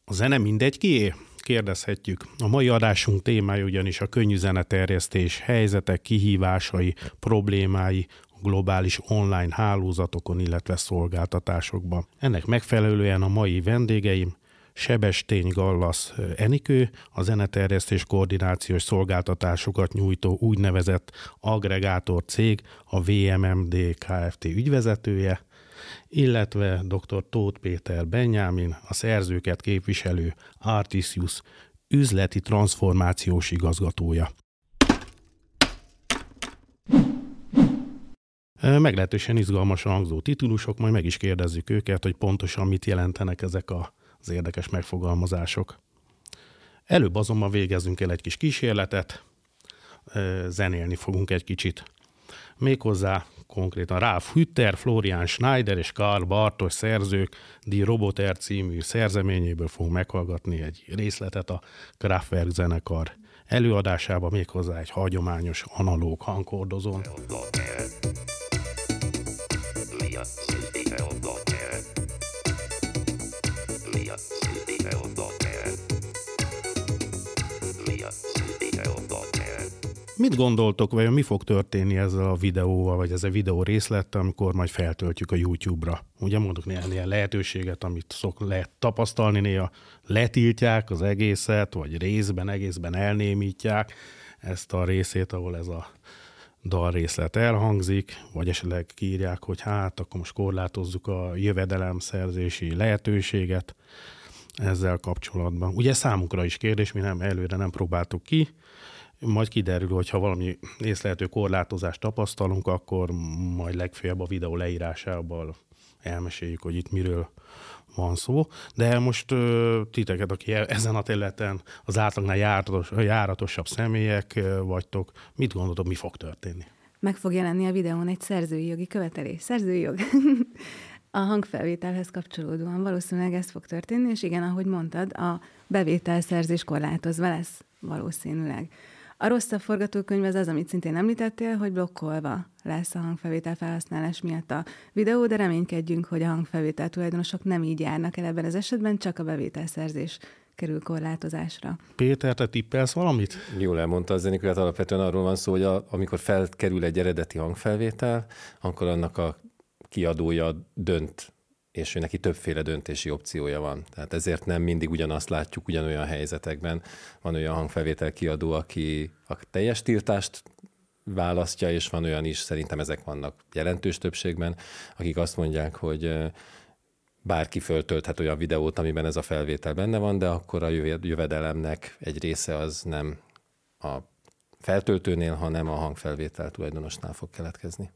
A zene mindegy kié? Kérdezhetjük. A mai adásunk témája ugyanis a könnyű zeneterjesztés helyzetek, kihívásai, problémái, globális online hálózatokon, illetve szolgáltatásokban. Ennek megfelelően a mai vendégeim Sebestény Gallasz Enikő, a zeneterjesztés koordinációs szolgáltatásokat nyújtó úgynevezett aggregátor cég, a VMMD Kft. Ügyvezetője, illetve dr. Tóth Péter Benyámin, a szerzőket képviselő Artisius üzleti transformációs igazgatója. Meglehetősen izgalmasan hangzó titulusok, majd meg is kérdezzük őket, hogy pontosan mit jelentenek ezek az érdekes megfogalmazások. Előbb azonban végezzünk el egy kis kísérletet, zenélni fogunk egy kicsit. Méghozzá konkrétan Ralf Hütter, Florian Schneider és Karl Bartos szerzők Die Roboter című szerzeményéből fogunk meghallgatni egy részletet a Kraftwerk zenekar előadásába, méghozzá egy hagyományos analóg hangkordozón. Mit gondoltok, vajon mi fog történni ezzel a videóval, vagy ezzel a videó részlettel, amikor majd feltöltjük a YouTube-ra? Ugye mondok néhány lehetőséget, amit lehet tapasztalni, néha letiltják az egészet, vagy egészben elnémítják ezt a részét, ahol ez a dal részlet elhangzik, vagy esetleg kiírják, hogy hát akkor most korlátozzuk a jövedelemszerzési lehetőséget ezzel kapcsolatban. Ugye számunkra is kérdés, mi előre nem próbáltuk ki, majd kiderül, hogy ha valami észlelhető korlátozást tapasztalunk, akkor majd legfeljebb a videó leírásában elmeséljük, hogy itt miről van szó. De most titeket, aki ezen a területen az átlagnál járatosabb személyek vagytok, mit gondoltok, mi fog történni? Meg fog jelenni a videón egy szerzői jogi követelés. Szerzői jog. A hangfelvételhez kapcsolódóan valószínűleg ez fog történni, és igen, ahogy mondtad, a bevételszerzés korlátozva lesz valószínűleg. A rosszabb forgatókönyv az, amit szintén említettél, hogy blokkolva lesz a hangfelvétel felhasználás miatt a videó, de reménykedjünk, hogy a hangfelvétel tulajdonosok nem így járnak el ebben az esetben, csak a bevételszerzés kerül korlátozásra. Péter, te tippelsz valamit? Jól elmondta az Enikő, hát alapvetően arról van szó, hogy amikor felkerül egy eredeti hangfelvétel, akkor annak a kiadója dönt, és ő neki többféle döntési opciója van. Tehát ezért nem mindig ugyanazt látjuk ugyanolyan helyzetekben. Van olyan hangfelvétel kiadó, aki a teljes tiltást választja, és van olyan is, szerintem ezek vannak jelentős többségben, akik azt mondják, hogy bárki föltölthet olyan videót, amiben ez a felvétel benne van, de akkor a jövedelemnek egy része az nem a feltöltőnél, hanem a hangfelvétel tulajdonosnál fog keletkezni.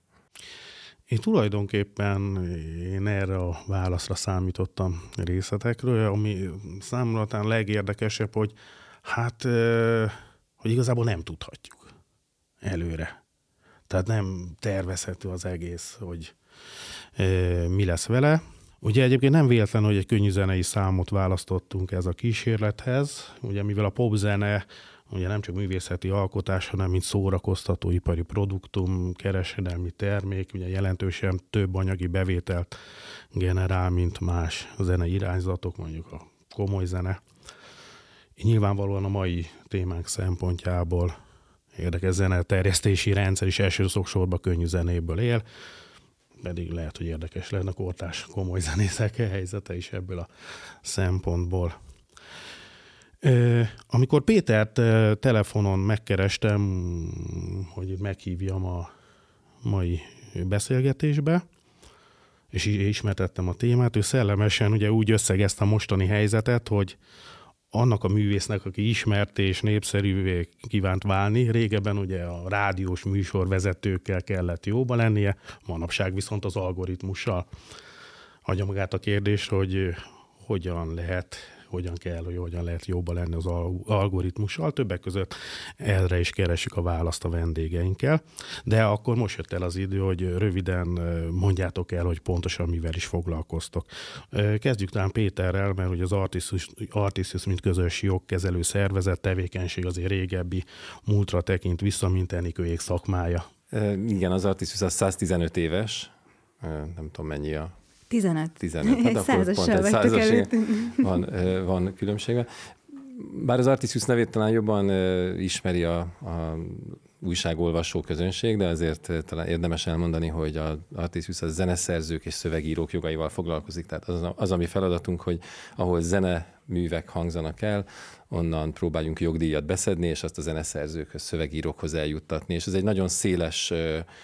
Én erre a válaszra számítottam részletekről, ami számomra talán legérdekesebb, hogy hogy igazából nem tudhatjuk előre. Tehát nem tervezhető az egész, hogy mi lesz vele. Ugye egyébként nem véletlen, hogy egy könnyűzenei számot választottunk ez a kísérlethez, ugye mivel a popzene ugye nem csak művészeti alkotás, hanem mint szórakoztatóipari produktum, kereskedelmi termék, ugye jelentősen több anyagi bevételt generál, mint más zenei irányzatok, mondjuk a komoly zene. Nyilvánvalóan a mai témánk szempontjából érdekes zeneterjesztési rendszer is elsősorban könnyű zenéből él, pedig lehet, hogy érdekes lenne a kortárs komoly zenészek helyzete is ebből a szempontból. Amikor Pétert telefonon megkerestem, hogy meghívjam a mai beszélgetésbe, és ismertettem a témát, ő szellemesen ugye úgy összegezte a mostani helyzetet, hogy annak a művésznek, aki ismert és népszerűvé kívánt válni, régebben ugye a rádiós műsorvezetőkkel kellett jóba lennie, manapság viszont az algoritmussal. Adja magát a kérdést, hogy hogyan lehet jóba lenni az algoritmussal. Többek között erre is keresjük a választ a vendégeinkkel. De akkor most jött el az idő, hogy röviden mondjátok el, hogy pontosan mivel is foglalkoztok. Kezdjük talán Péterrel, mert hogy az Artisius, mint közös jogkezelő szervezet tevékenység azért régebbi múltra tekint vissza, mint Enikőjék szakmája. Igen, az Artisius az 115 éves, nem tudom mennyi a 15. 15. Hát akkor pont egy százas van különbsége. Bár az Artisius nevét talán jobban ismeri a újságolvasó közönség, de azért talán érdemes elmondani, hogy az Artisius a zeneszerzők és szövegírók jogaival foglalkozik. Tehát az a mi feladatunk, hogy ahol zeneművek hangzanak el, onnan próbáljunk jogdíjat beszedni, és azt a zeneszerzőkhöz, szövegírókhoz eljuttatni. És ez egy nagyon széles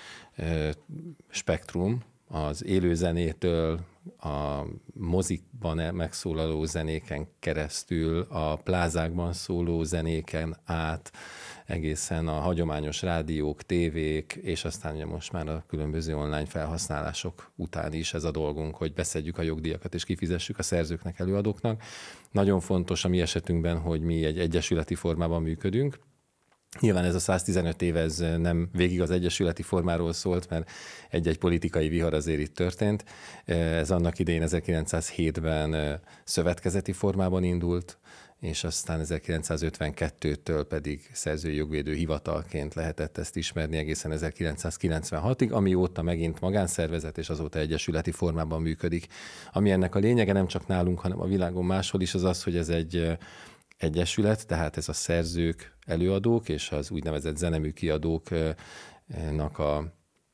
spektrum, az élőzenétől, a mozikban megszólaló zenéken keresztül, a plázákban szóló zenéken át, egészen a hagyományos rádiók, tévék, és aztán ugye most már a különböző online felhasználások után is ez a dolgunk, hogy beszedjük a jogdíjakat és kifizessük a szerzőknek, előadóknak. Nagyon fontos a mi esetünkben, hogy mi egy egyesületi formában működünk. Nyilván ez a 115 év, ez nem végig az egyesületi formáról szólt, mert egy-egy politikai vihar azért itt történt. Ez annak idején 1907-ben szövetkezeti formában indult, és aztán 1952-től pedig szerzői jogvédő hivatalként lehetett ezt ismerni egészen 1996-ig, amióta megint magánszervezet, és azóta egyesületi formában működik. Ami ennek a lényege nem csak nálunk, hanem a világon máshol is az, hogy ez egy egyesület, tehát ez a szerzők, előadók és az úgynevezett zenemű kiadóknak a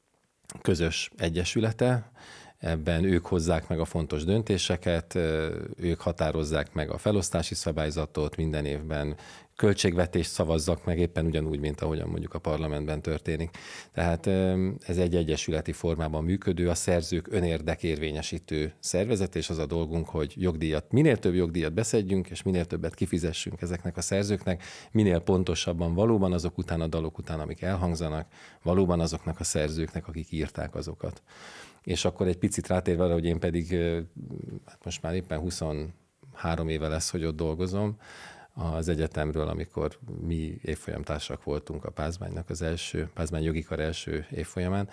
közös egyesülete. Ebben ők hozzák meg a fontos döntéseket, ők határozzák meg a felosztási szabályzatot, minden évben költségvetést szavazzak meg, éppen ugyanúgy, mint ahogyan mondjuk a parlamentben történik. Tehát ez egy egyesületi formában működő, a szerzők önérdekérvényesítő szervezet, és az a dolgunk, hogy minél több jogdíjat beszedjünk, és minél többet kifizessünk ezeknek a szerzőknek, minél pontosabban valóban azok után, a dalok után, amik elhangzanak, valóban azoknak a szerzőknek, akik írták azokat. És akkor egy picit rátérve arra, hogy én pedig most már éppen 23 éve lesz, hogy ott dolgozom az egyetemről, amikor mi évfolyamtársak voltunk a Pázmánynak Pázmány jogi kar első évfolyamán.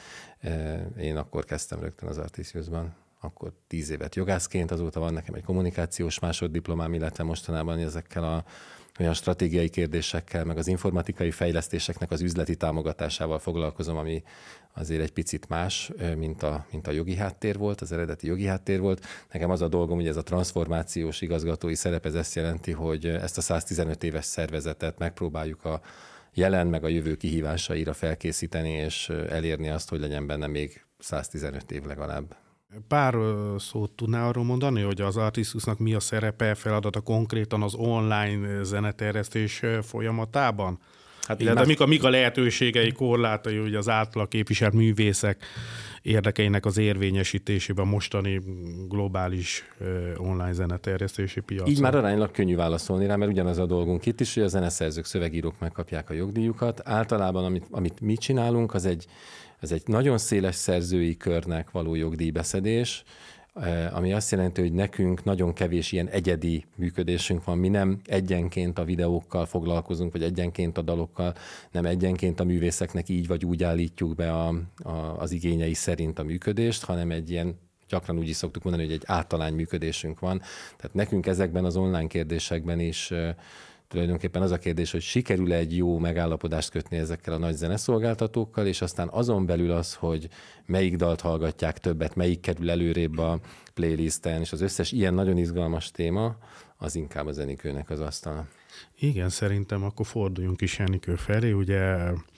Én akkor kezdtem rögtön az Artisiusban, akkor 10 évet jogászként, azóta van nekem egy kommunikációs másoddiplomám, illetve mostanában ezekkel olyan stratégiai kérdésekkel, meg az informatikai fejlesztéseknek az üzleti támogatásával foglalkozom, ami azért egy picit más, mint a jogi háttér volt, az eredeti jogi háttér volt. Nekem az a dolgom, hogy ez a transformációs igazgatói szerep, ez ezt jelenti, hogy ezt a 115 éves szervezetet megpróbáljuk a jelen meg a jövő kihívásaira felkészíteni, és elérni azt, hogy legyen benne még 115 év legalább. Pár szót tudnál arról mondani, hogy az Artisiusnak mi a szerepe, feladata konkrétan az online zeneterjesztés folyamatában? Hát illetve mik a lehetőségei, korlátai, hogy az általa képviselt művészek érdekeinek az érvényesítésében mostani globális online zeneterjesztési piacon? Így már aránylag könnyű válaszolni rá, mert ugyanaz a dolgunk itt is, hogy a zeneszerzők, szövegírók megkapják a jogdíjukat. Általában, amit mi csinálunk, az egy nagyon széles szerzői körnek való jogdíjbeszedés, ami azt jelenti, hogy nekünk nagyon kevés ilyen egyedi működésünk van. Mi nem egyenként a videókkal foglalkozunk, vagy egyenként a dalokkal, nem egyenként a művészeknek így vagy úgy állítjuk be az igényei szerint a működést, hanem egy ilyen, gyakran úgy is szoktuk mondani, hogy egy általány működésünk van. Tehát nekünk ezekben az online kérdésekben is tulajdonképpen az a kérdés, hogy sikerül egy jó megállapodást kötni ezekkel a nagy zeneszolgáltatókkal, és aztán azon belül az, hogy melyik dalt hallgatják többet, melyik kerül előrébb a playlisten, és az összes ilyen nagyon izgalmas téma, az inkább a Zenikőnek az asztala. Igen, szerintem akkor forduljunk is Enikő felé. Ugye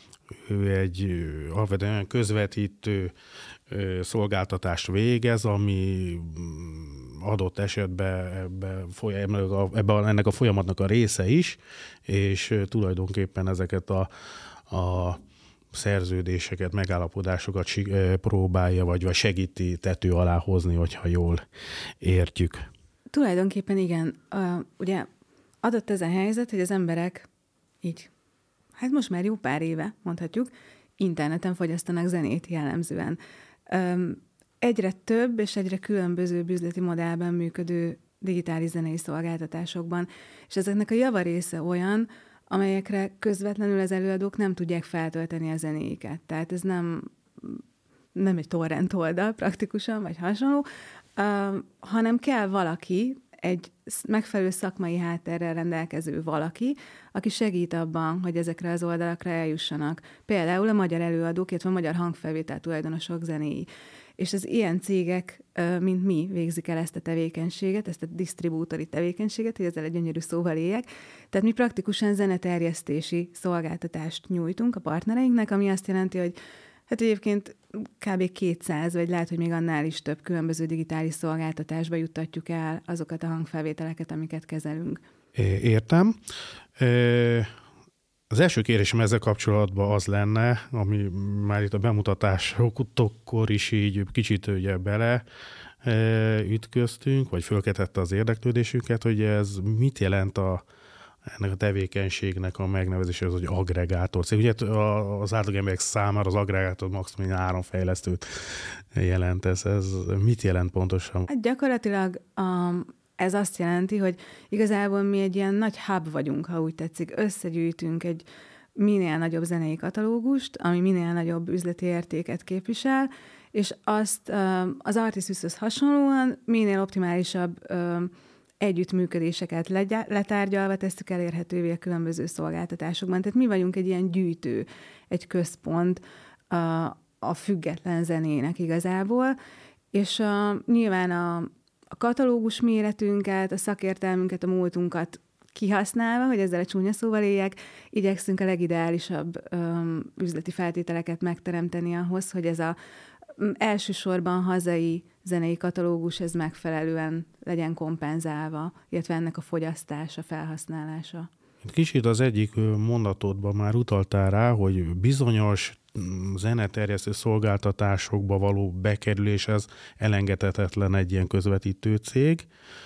ő egy alapvetően közvetítő szolgáltatást végez, ami adott esetben ennek a folyamatnak a része is, és tulajdonképpen ezeket a szerződéseket, megállapodásokat próbálja, vagy segíti tető alá hozni, hogyha jól értjük. Tulajdonképpen igen. Ugye adott ez a helyzet, hogy az emberek így, hát most már jó pár éve, mondhatjuk, interneten fogyasztanak zenét jellemzően. Egyre több és egyre különbözőbb üzleti modellben működő digitális zenei szolgáltatásokban, és ezeknek a javarésze olyan, amelyekre közvetlenül az előadók nem tudják feltölteni a zenéiket. Tehát ez nem egy torrent oldal praktikusan, vagy hasonló, hanem kell valaki, egy megfelelő szakmai hátterrel rendelkező valaki, aki segít abban, hogy ezekre az oldalakra eljussanak. Például a magyar előadók, illetve a magyar hangfelvétel tulajdonosok zenéi. és az ilyen cégek, mint mi, végzik el ezt a tevékenységet, ezt a disztribútori tevékenységet, hogy ezzel egy gyönyörű szóval éljek. Tehát mi praktikusan zeneterjesztési szolgáltatást nyújtunk a partnereinknek, ami azt jelenti, hogy hát egyébként kb. 200, vagy lehet, hogy még annál is több különböző digitális szolgáltatásba juttatjuk el azokat a hangfelvételeket, amiket kezelünk. Értem. Az első kérésem ezzel kapcsolatban az lenne, ami már itt a bemutatásokkor is így kicsit ugye bele ütköztünk, vagy fölkeltette az érdeklődésünket, hogy ez mit jelent ennek a tevékenységnek a megnevezése, az, hogy aggregátor. Ugye az átlag emberek számára az aggregátor maximum áramfejlesztőt jelent. Ez mit jelent pontosan? Hát gyakorlatilag ez azt jelenti, hogy igazából mi egy ilyen nagy hub vagyunk, ha úgy tetszik. Összegyűjtünk egy minél nagyobb zenei katalógust, ami minél nagyobb üzleti értéket képvisel, és azt az Artisüshöz hasonlóan minél optimálisabb együttműködéseket letárgyalva tesszük elérhetővé a különböző szolgáltatásokban. Tehát mi vagyunk egy ilyen gyűjtő, egy központ a független zenének igazából, és nyilván a katalógus méretünket, a szakértelmünket, a múltunkat kihasználva, hogy ezzel a csúnya szóval éljek, igyekszünk a legideálisabb üzleti feltételeket megteremteni ahhoz, hogy ez elsősorban hazai zenei katalógus, ez megfelelően legyen kompenzálva, illetve ennek a fogyasztása, felhasználása. Kicsit az egyik mondatodban már utaltál rá, hogy bizonyos zeneterjesztő szolgáltatásokba való bekerüléshez elengedhetetlen egy ilyen közvetítő cég,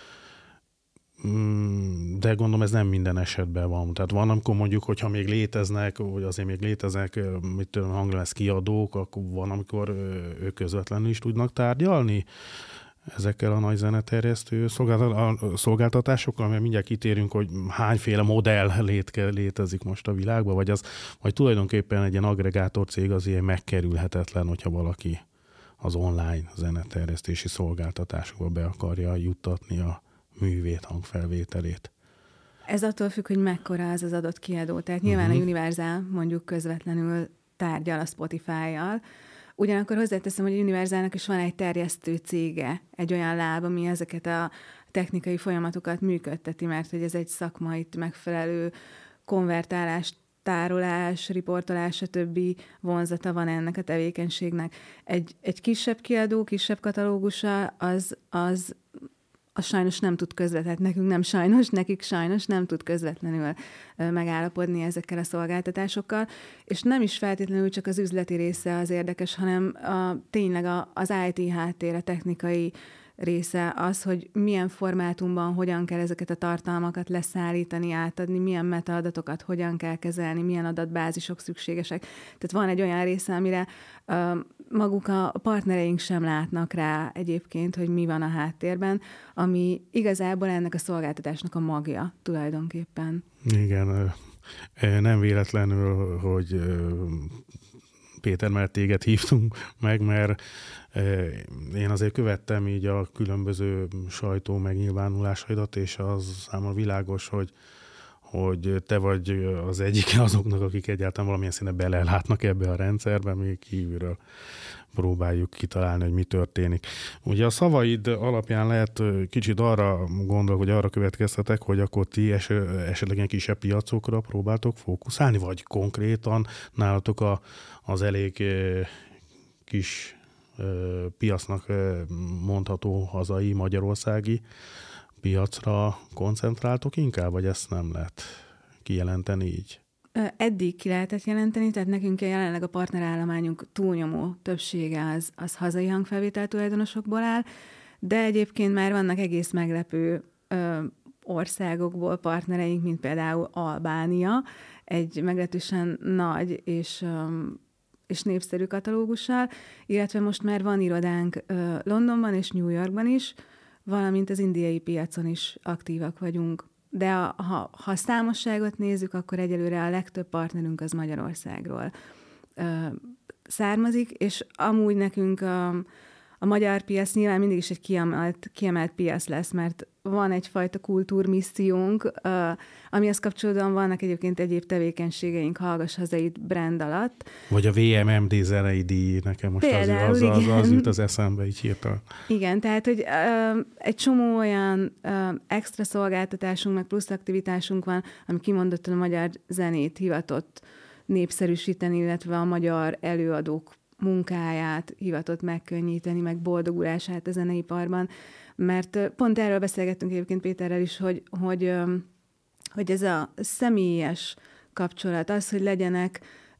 de gondolom ez nem minden esetben van. Tehát van, amikor mondjuk, hogyha még léteznek, vagy azért még léteznek hanglemez kiadók, akkor van, amikor ők közvetlenül is tudnak tárgyalni ezekkel a nagy zeneterjesztő szolgáltatásokkal, mert mindjárt kitérünk, hogy hányféle modell létezik most a világban, vagy tulajdonképpen egy ilyen aggregátor cég azért megkerülhetetlen, hogyha valaki az online zeneterjesztési szolgáltatásokba be akarja juttatni a művét, hangfelvételét. Ez attól függ, hogy mekkora az adott kiadó. Tehát nyilván a Universal mondjuk közvetlenül tárgyal a Spotify-jal. Ugyanakkor hozzáteszem, hogy a Universalnak is van egy terjesztő cége, egy olyan láb, ami ezeket a technikai folyamatokat működteti, mert hogy ez egy szakmai megfelelő konvertálás, tárolás, riportolás, stb. Vonzata van ennek a tevékenységnek. Egy kisebb kiadó, kisebb katalógusa, az sajnos nem tud közvetlenül, nekünk nem sajnos, nekik sajnos nem tud közvetlenül megállapodni ezekkel a szolgáltatásokkal, és nem is feltétlenül csak az üzleti része az érdekes, hanem tényleg az IT háttér, a technikai része az, hogy milyen formátumban, hogyan kell ezeket a tartalmakat leszállítani, átadni, milyen metaadatokat hogyan kell kezelni, milyen adatbázisok szükségesek. Tehát van egy olyan része, amire maguk a partnereink sem látnak rá egyébként, hogy mi van a háttérben, ami igazából ennek a szolgáltatásnak a magja tulajdonképpen. Igen, nem véletlenül, hogy Péter, mert téged hívtunk meg, mert én azért követtem így a különböző sajtó megnyilvánulásaidat, és az számomra világos, hogy te vagy az egyik azoknak, akik egyáltalán valamilyen szinten belelátnak ebbe a rendszerbe, még kívülről próbáljuk kitalálni, hogy mi történik. Ugye a szavaid alapján lehet kicsit arra gondolok, hogy arra következtetek, hogy akkor ti esetleg ilyen kisebb piacokra próbáltok fókuszálni, vagy konkrétan nálatok az elég kis piacnak mondható hazai, magyarországi piacra koncentráltok inkább, vagy ezt nem lehet kijelenteni így? Eddig ki lehetett jelenteni, tehát nekünk jelenleg a partnerállományunk túlnyomó többsége az hazai hangfelvétel tulajdonosokból áll, de egyébként már vannak egész meglepő országokból partnereink, mint például Albánia, egy meglehetősen nagy és népszerű katalógussal, illetve most már van irodánk Londonban és New Yorkban is, valamint az indiai piacon is aktívak vagyunk. De ha a számosságot nézzük, akkor egyelőre a legtöbb partnerünk az Magyarországról származik, és amúgy nekünk a magyar piac nyilván mindig is egy kiemelt piac lesz, mert van egyfajta kultúrmissziónk, amihez kapcsolódóan vannak egyébként egyéb tevékenységeink, Hallgass Hazait brand alatt. Vagy a VMMD zenei díj, nekem most az jut az eszembe így hirtelen. Igen, tehát, hogy egy csomó olyan extra szolgáltatásunk, meg plusz aktivitásunk van, ami kimondottan a magyar zenét hivatott népszerűsíteni, illetve a magyar előadók munkáját hivatott megkönnyíteni, meg boldogulását a zeneiparban. Mert pont erről beszélgettünk egyébként Péterrel is, hogy ez a személyes kapcsolat, az, hogy legyenek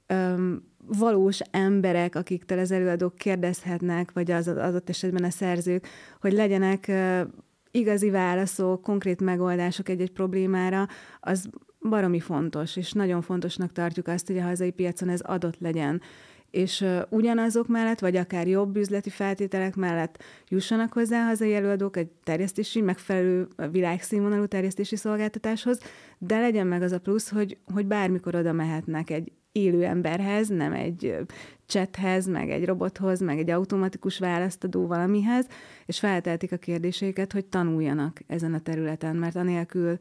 valós emberek, akiktől az előadók kérdezhetnek, vagy az adott esetben a szerzők, hogy legyenek igazi válaszok, konkrét megoldások egy-egy problémára, az baromi fontos, és nagyon fontosnak tartjuk azt, hogy a hazai piacon ez adott legyen. És ugyanazok mellett, vagy akár jobb üzleti feltételek mellett jussanak hozzá a hazai előadók egy megfelelő világszínvonalú terjesztési szolgáltatáshoz, de legyen meg az a plusz, hogy bármikor oda mehetnek egy élő emberhez, nem egy chathez, meg egy robothoz, meg egy automatikus választadó valamihez, és feltehetik a kérdéseiket, hogy tanuljanak ezen a területen, mert anélkül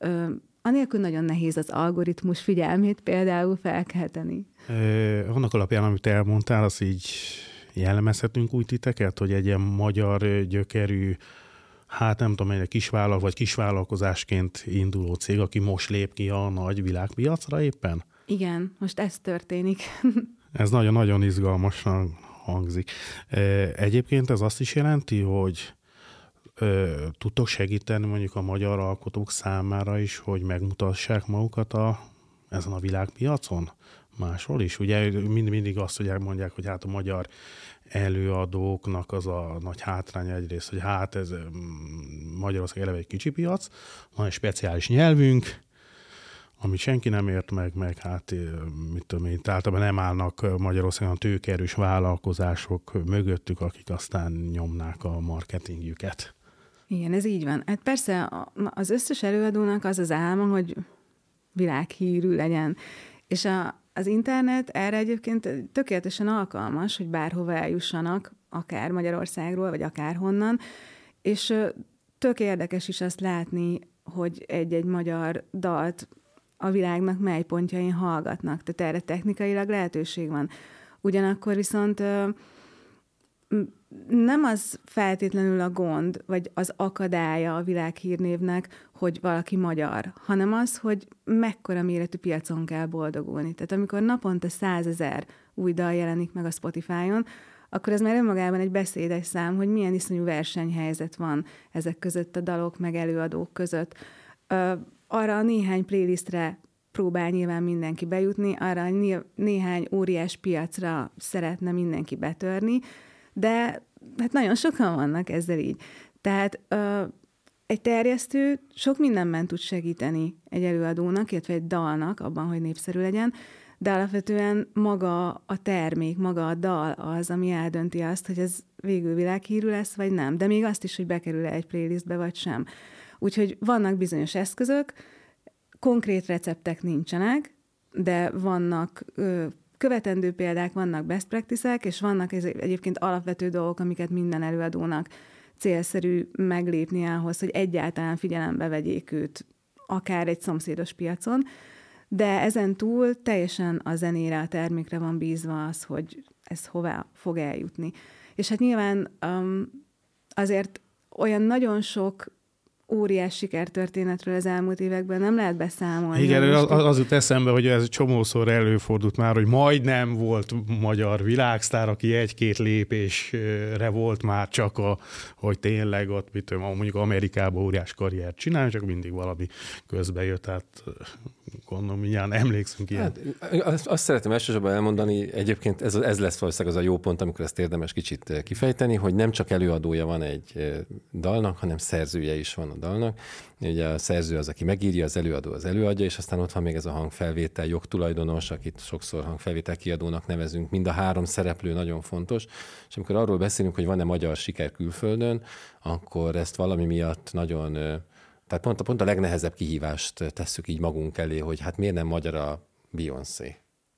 nagyon nehéz az algoritmus figyelmét például felkelteni. Annak alapján, amit elmondtál, az így jellemezhetünk úgy titeket, hogy egy ilyen magyar gyökerű, hát nem tudom, egy kisvállalat vagy kisvállalkozásként induló cég, aki most lép ki a nagy világpiacra éppen? Igen, most ez történik. Ez nagyon-nagyon izgalmasan hangzik. Egyébként ez azt is jelenti, hogy tudtok segíteni mondjuk a magyar alkotók számára is, hogy megmutassák magukat ezen a világpiacon? Máshol is? Ugye mindig azt, hogy elmondják, hogy hát a magyar előadóknak az a nagy hátránya egyrészt, hogy hát ez Magyarország eleve egy kicsi piac, van egy speciális nyelvünk, amit senki nem ért meg hát mit tudom én, általában nem állnak Magyarországon tőkeerős vállalkozások mögöttük, akik aztán nyomnák a marketingjüket. Igen, ez így van. Hát persze az összes előadónak az az álma, hogy világhírű legyen. És az internet erre egyébként tökéletesen alkalmas, hogy bárhova eljussanak, akár Magyarországról, vagy akárhonnan. És tök érdekes is azt látni, hogy egy-egy magyar dalt a világnak mely pontjain hallgatnak. Tehát erre technikailag lehetőség van. Ugyanakkor viszont nem az feltétlenül a gond, vagy az akadálya a világhírnévnek, hogy valaki magyar, hanem az, hogy mekkora méretű piacon kell boldogulni. Tehát amikor naponta 100 000 új dal jelenik meg a Spotify-on, akkor ez már önmagában egy beszédes szám, hogy milyen iszonyú versenyhelyzet van ezek között a dalok meg előadók között. Arra a néhány playlistre próbál nyilván mindenki bejutni, arra néhány óriás piacra szeretne mindenki betörni, de hát nagyon sokan vannak ezzel így. Tehát egy terjesztő sok mindenben tud segíteni egy előadónak, illetve egy dalnak abban, hogy népszerű legyen, de alapvetően maga a termék, maga a dal az, ami eldönti azt, hogy ez végül világhírű lesz, vagy nem. De még azt is, hogy bekerül-e egy playlistbe, vagy sem. Úgyhogy vannak bizonyos eszközök, konkrét receptek nincsenek, de vannak követendő példák, vannak best practice-ek, és vannak egyébként alapvető dolgok, amiket minden előadónak célszerű meglépni ahhoz, hogy egyáltalán figyelembe vegyék őt, akár egy szomszédos piacon, de ezen túl teljesen a zenére, a termékre van bízva az, hogy ez hová fog eljutni. És hát nyilván azért olyan nagyon sok óriás sikertörténetről az elmúlt években nem lehet beszámolni. Igen, az jut eszembe, hogy ez csomószor előfordult már, hogy majdnem volt magyar világsztár, aki egy-két lépésre volt már csak hogy tényleg ott, mit tudom, mondjuk Amerikában óriás karriert csinálni, csak mindig valami közbe jött, tehát gondolom, mindjárt emlékszünk ilyen. Hát, azt szeretném elsősorban elmondani, egyébként ez lesz valószínűleg az a jó pont, amikor ezt érdemes kicsit kifejteni, hogy nem csak előadója van egy dalnak, hanem szerzője is van a dalnak. Ugye a szerző az, aki megírja, az előadó az előadja, és aztán ott van még ez a hangfelvétel jogtulajdonos, akit sokszor hangfelvétel kiadónak nevezünk. Mind a három szereplő nagyon fontos, és amikor arról beszélünk, hogy van-e magyar siker külföldön, akkor ezt valami miatt nagyon... Tehát pont a legnehezebb kihívást tesszük így magunk elé, hogy hát miért nem magyar a Beyoncé?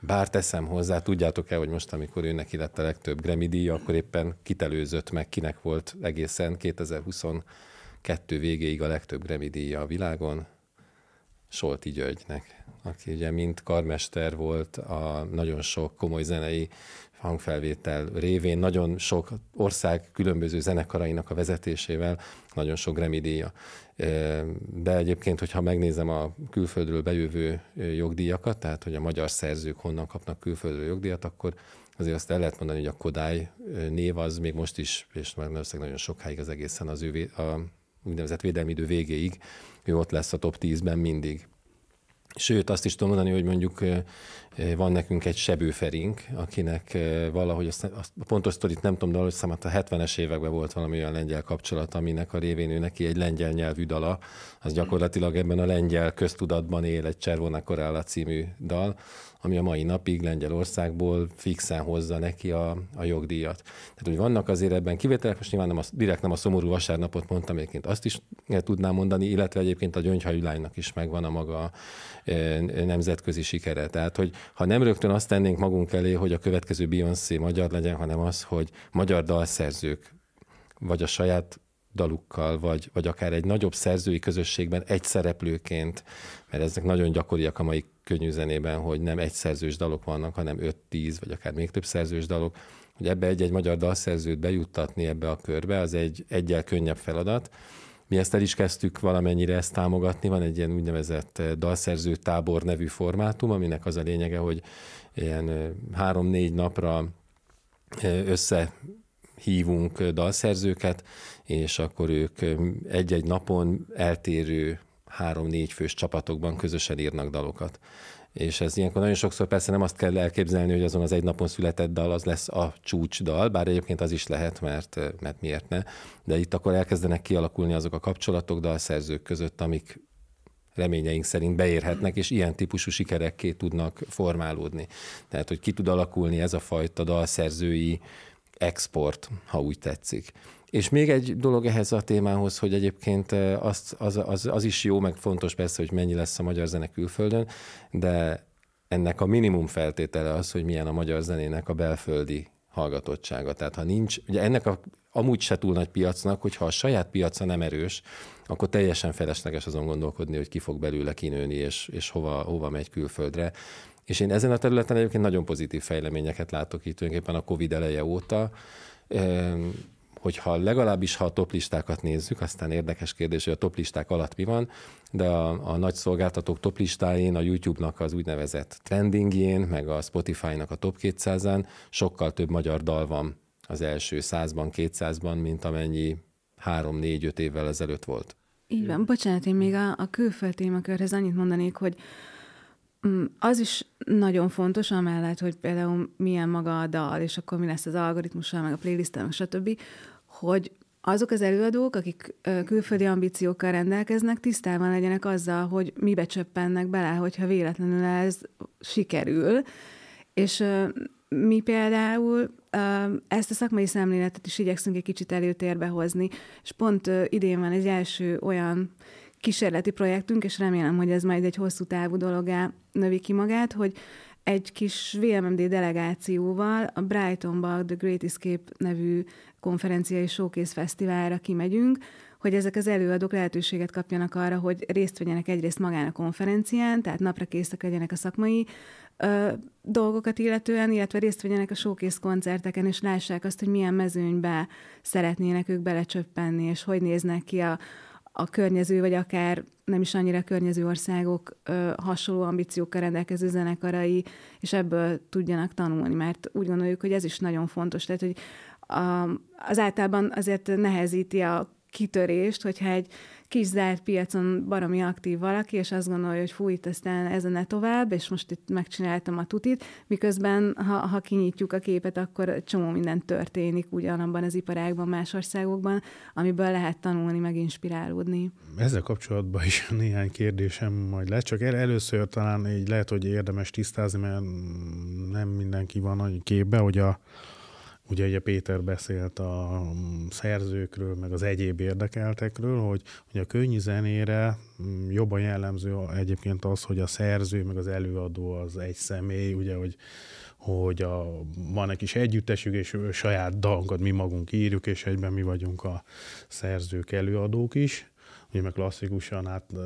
Bár teszem hozzá, tudjátok-e, hogy most, amikor ő neki lett a legtöbb Grammy-díja, akkor éppen kitelőzött meg, kinek volt egészen 2022 végéig a legtöbb Grammy-díja a világon? Solti Györgynek, aki ugye mint karmester volt a nagyon sok komoly zenei hangfelvétel révén, nagyon sok ország különböző zenekarainak a vezetésével, nagyon sok Grammy-díja. De egyébként, hogyha megnézem a külföldről bejövő jogdíjakat, tehát hogy a magyar szerzők honnan kapnak külföldről jogdíjat, akkor azért azt el lehet mondani, hogy a Kodály név az még most is, és valószínűleg nagyon sokáig az egészen az ő a úgynevezett védelmi idő végéig, ő ott lesz a top 10-ben mindig. Sőt, azt is tudom mondani, hogy mondjuk van nekünk egy Sebő Ferink, akinek valahogy, a pontos sztorit nem tudom, de azt hiszem, a 70-es években volt valami olyan lengyel kapcsolat, aminek a révén ő neki egy lengyel nyelvű dala, az gyakorlatilag ebben a lengyel köztudatban él, egy Czervona Koralla című dal, ami a mai napig Lengyelországból fixen hozza neki a jogdíjat. Tehát, hogy vannak azért ebben kivételek, most nyilván direkt nem a Szomorú vasárnapot mondtam, egyébként azt is tudnám mondani, illetve egyébként a Gyöngyhajú lánynak is megvan a maga nemzetközi sikere. Tehát, hogy ha nem rögtön azt tennénk magunk elé, hogy a következő Beyoncé magyar legyen, hanem az, hogy magyar dalszerzők, vagy a saját dalukkal, vagy akár egy nagyobb szerzői közösségben egy szereplőként, mert ezek nagyon gyakoriak a mai könnyű zenében, hogy nem egy szerzős dalok vannak, hanem 5-10, vagy akár még több szerzős dalok, hogy ebbe egy magyar dalszerzőt bejuttatni ebbe a körbe, az egyel könnyebb feladat. Mi ezt el is kezdtük valamennyire ezt támogatni, van egy ilyen úgynevezett dalszerző tábor nevű formátum, aminek az a lényege, hogy ilyen 3-4 napra összehívunk dalszerzőket, és akkor ők egy-egy napon eltérő 3-4 fős csapatokban közösen írnak dalokat. És ez ilyenkor nagyon sokszor persze nem azt kell elképzelni, hogy azon az egy napon született dal az lesz a csúcsdal, bár egyébként az is lehet, mert miért ne, de itt akkor elkezdenek kialakulni azok a kapcsolatok dalszerzők között, amik reményeink szerint beérhetnek, és ilyen típusú sikerekké tudnak formálódni. Tehát, hogy ki tud alakulni ez a fajta dalszerzői export, ha úgy tetszik. És még egy dolog ehhez a témához, hogy egyébként az is jó, meg fontos persze, hogy mennyi lesz a magyar zene külföldön, de ennek a minimum feltétele az, hogy milyen a magyar zenének a belföldi hallgatottsága. Tehát ha nincs, ugye ennek amúgy se túl nagy piacnak, hogyha a saját piaca nem erős, akkor teljesen felesleges azon gondolkodni, hogy ki fog belőle kinőni, és hova megy külföldre. És én ezen a területen egyébként nagyon pozitív fejleményeket látok itt tulajdonképpen a Covid eleje óta, hogyha legalábbis ha a toplistákat nézzük, aztán érdekes kérdés, hogy a toplisták alatt mi van, de a nagy szolgáltatók toplistáin, a YouTube-nak az úgynevezett trendingjén, meg a Spotify-nak a top 200-án sokkal több magyar dal van az első 100-ban, 200-ban, mint amennyi 3-4-5 évvel ezelőtt volt. Így van. Bocsánat, én még a külföld témakörhez annyit mondanék, hogy az is nagyon fontos, amellett, hogy például milyen maga a dal, és akkor mi lesz az algoritmussal, meg a playlistel, meg stb., hogy azok az előadók, akik külföldi ambíciókkal rendelkeznek, tisztában legyenek azzal, hogy mibe csöppennek bele, hogyha véletlenül ez sikerül. És mi például ezt a szakmai szemléletet is igyekszünk egy kicsit előtérbe hozni, és pont idén van egy első olyan kísérleti projektünk, és remélem, hogy ez majd egy hosszú távú dologgá növi ki magát, hogy egy kis VMMD delegációval a Brightonba The Great Escape nevű konferencia és showcase fesztiválra kimegyünk, hogy ezek az előadók lehetőséget kapjanak arra, hogy részt vegyenek egyrészt magán a konferencián, tehát napra készek legyenek a szakmai dolgokat illetően, illetve részt vegyenek a showcase koncerteken, és lássák azt, hogy milyen mezőnybe szeretnének ők belecsöppenni, és hogy néznek ki a környező, vagy akár nem is annyira környező országok hasonló ambíciókkal rendelkező zenekarai, és ebből tudjanak tanulni, mert úgy gondoljuk, hogy ez is nagyon fontos. Tehát, hogy az általában azért nehezíti a kitörést, hogyha egy kis zárt piacon baromi aktív valaki, és azt gondolja, hogy fú, itt aztán ezen ne tovább, és most itt megcsináltam a tutit, miközben ha kinyitjuk a képet, akkor csomó minden történik ugyanabban az iparágban, más országokban, amiből lehet tanulni, meg inspirálódni. Ezzel kapcsolatban is néhány kérdésem majd lesz, csak először talán így lehet, hogy érdemes tisztázni, mert nem mindenki van nagy képbe, hogy ugye Péter beszélt a szerzőkről, meg az egyéb érdekeltekről, hogy a könnyű zenére jobban jellemző egyébként az, hogy a szerző, meg az előadó az egy személy, ugye, hogy van egy kis együttesük, és saját dalunkat mi magunk írjuk, és egyben mi vagyunk a szerzők, előadók is. Ugye meg klasszikusan,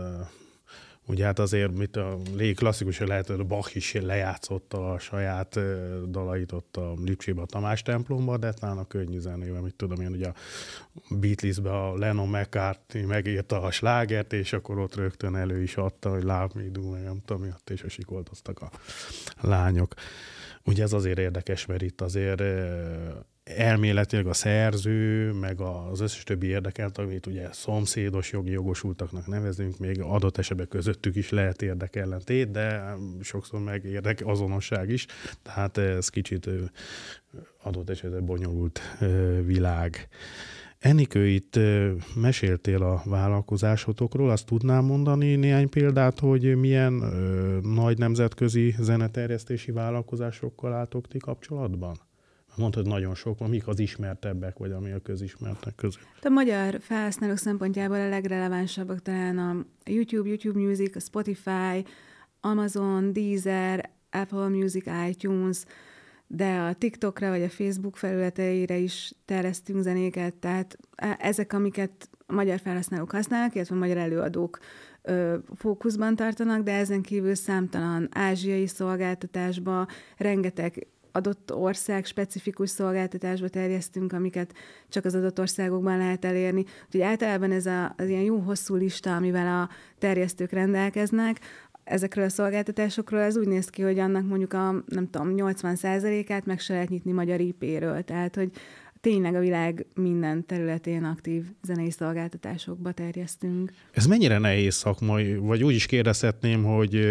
ugye hát azért, klasszikusan lehet, hogy Bach is lejátszotta a saját dalait ott a Lipcsébe, a Tamás templomba, de talán a könnyű zenével, mit tudom én, ugye a Beatlesbe a Lennon McCartney megírta a slágert, és akkor ott rögtön elő is adta, hogy Love Me Do, meg nem tudom, és a sikoltoztak a lányok. Ugye ez azért érdekes, mert itt azért elméletileg a szerző, meg az összes többi érdekelt, amit ugye szomszédos jogi jogosultaknak nevezünk, még adott esetben közöttük is lehet érdekellentét, de sokszor meg azonosság is, tehát ez kicsit adott esetben bonyolult világ. Enikő, itt meséltél a vállalkozásotokról, azt tudnám mondani néhány példát, hogy milyen nagy nemzetközi zeneterjesztési vállalkozásokkal álltok ti kapcsolatban? Mondtad, nagyon sok van, mik az ismertebbek, vagy ami a közismertek közül? A magyar felhasználók szempontjából a legrelevánsabbak talán a YouTube Music, a Spotify, Amazon, Deezer, Apple Music, iTunes, de a TikTokra vagy a Facebook felületeire is terjesztünk zenéket, tehát ezek, amiket a magyar felhasználók használnak, illetve a magyar előadók fókuszban tartanak, de ezen kívül számtalan ázsiai szolgáltatásba, rengeteg adott ország specifikus szolgáltatásba terjesztünk, amiket csak az adott országokban lehet elérni. Úgyhogy általában ez az ilyen jó hosszú lista, amivel a terjesztők rendelkeznek, ezekről a szolgáltatásokról, ez úgy néz ki, hogy annak mondjuk a, nem tudom, 80%-át meg se lehet nyitni magyar IP-ről. Tehát, hogy tényleg a világ minden területén aktív zenei szolgáltatásokba terjesztünk. Ez mennyire nehéz szakmai, vagy úgy is kérdezhetném, hogy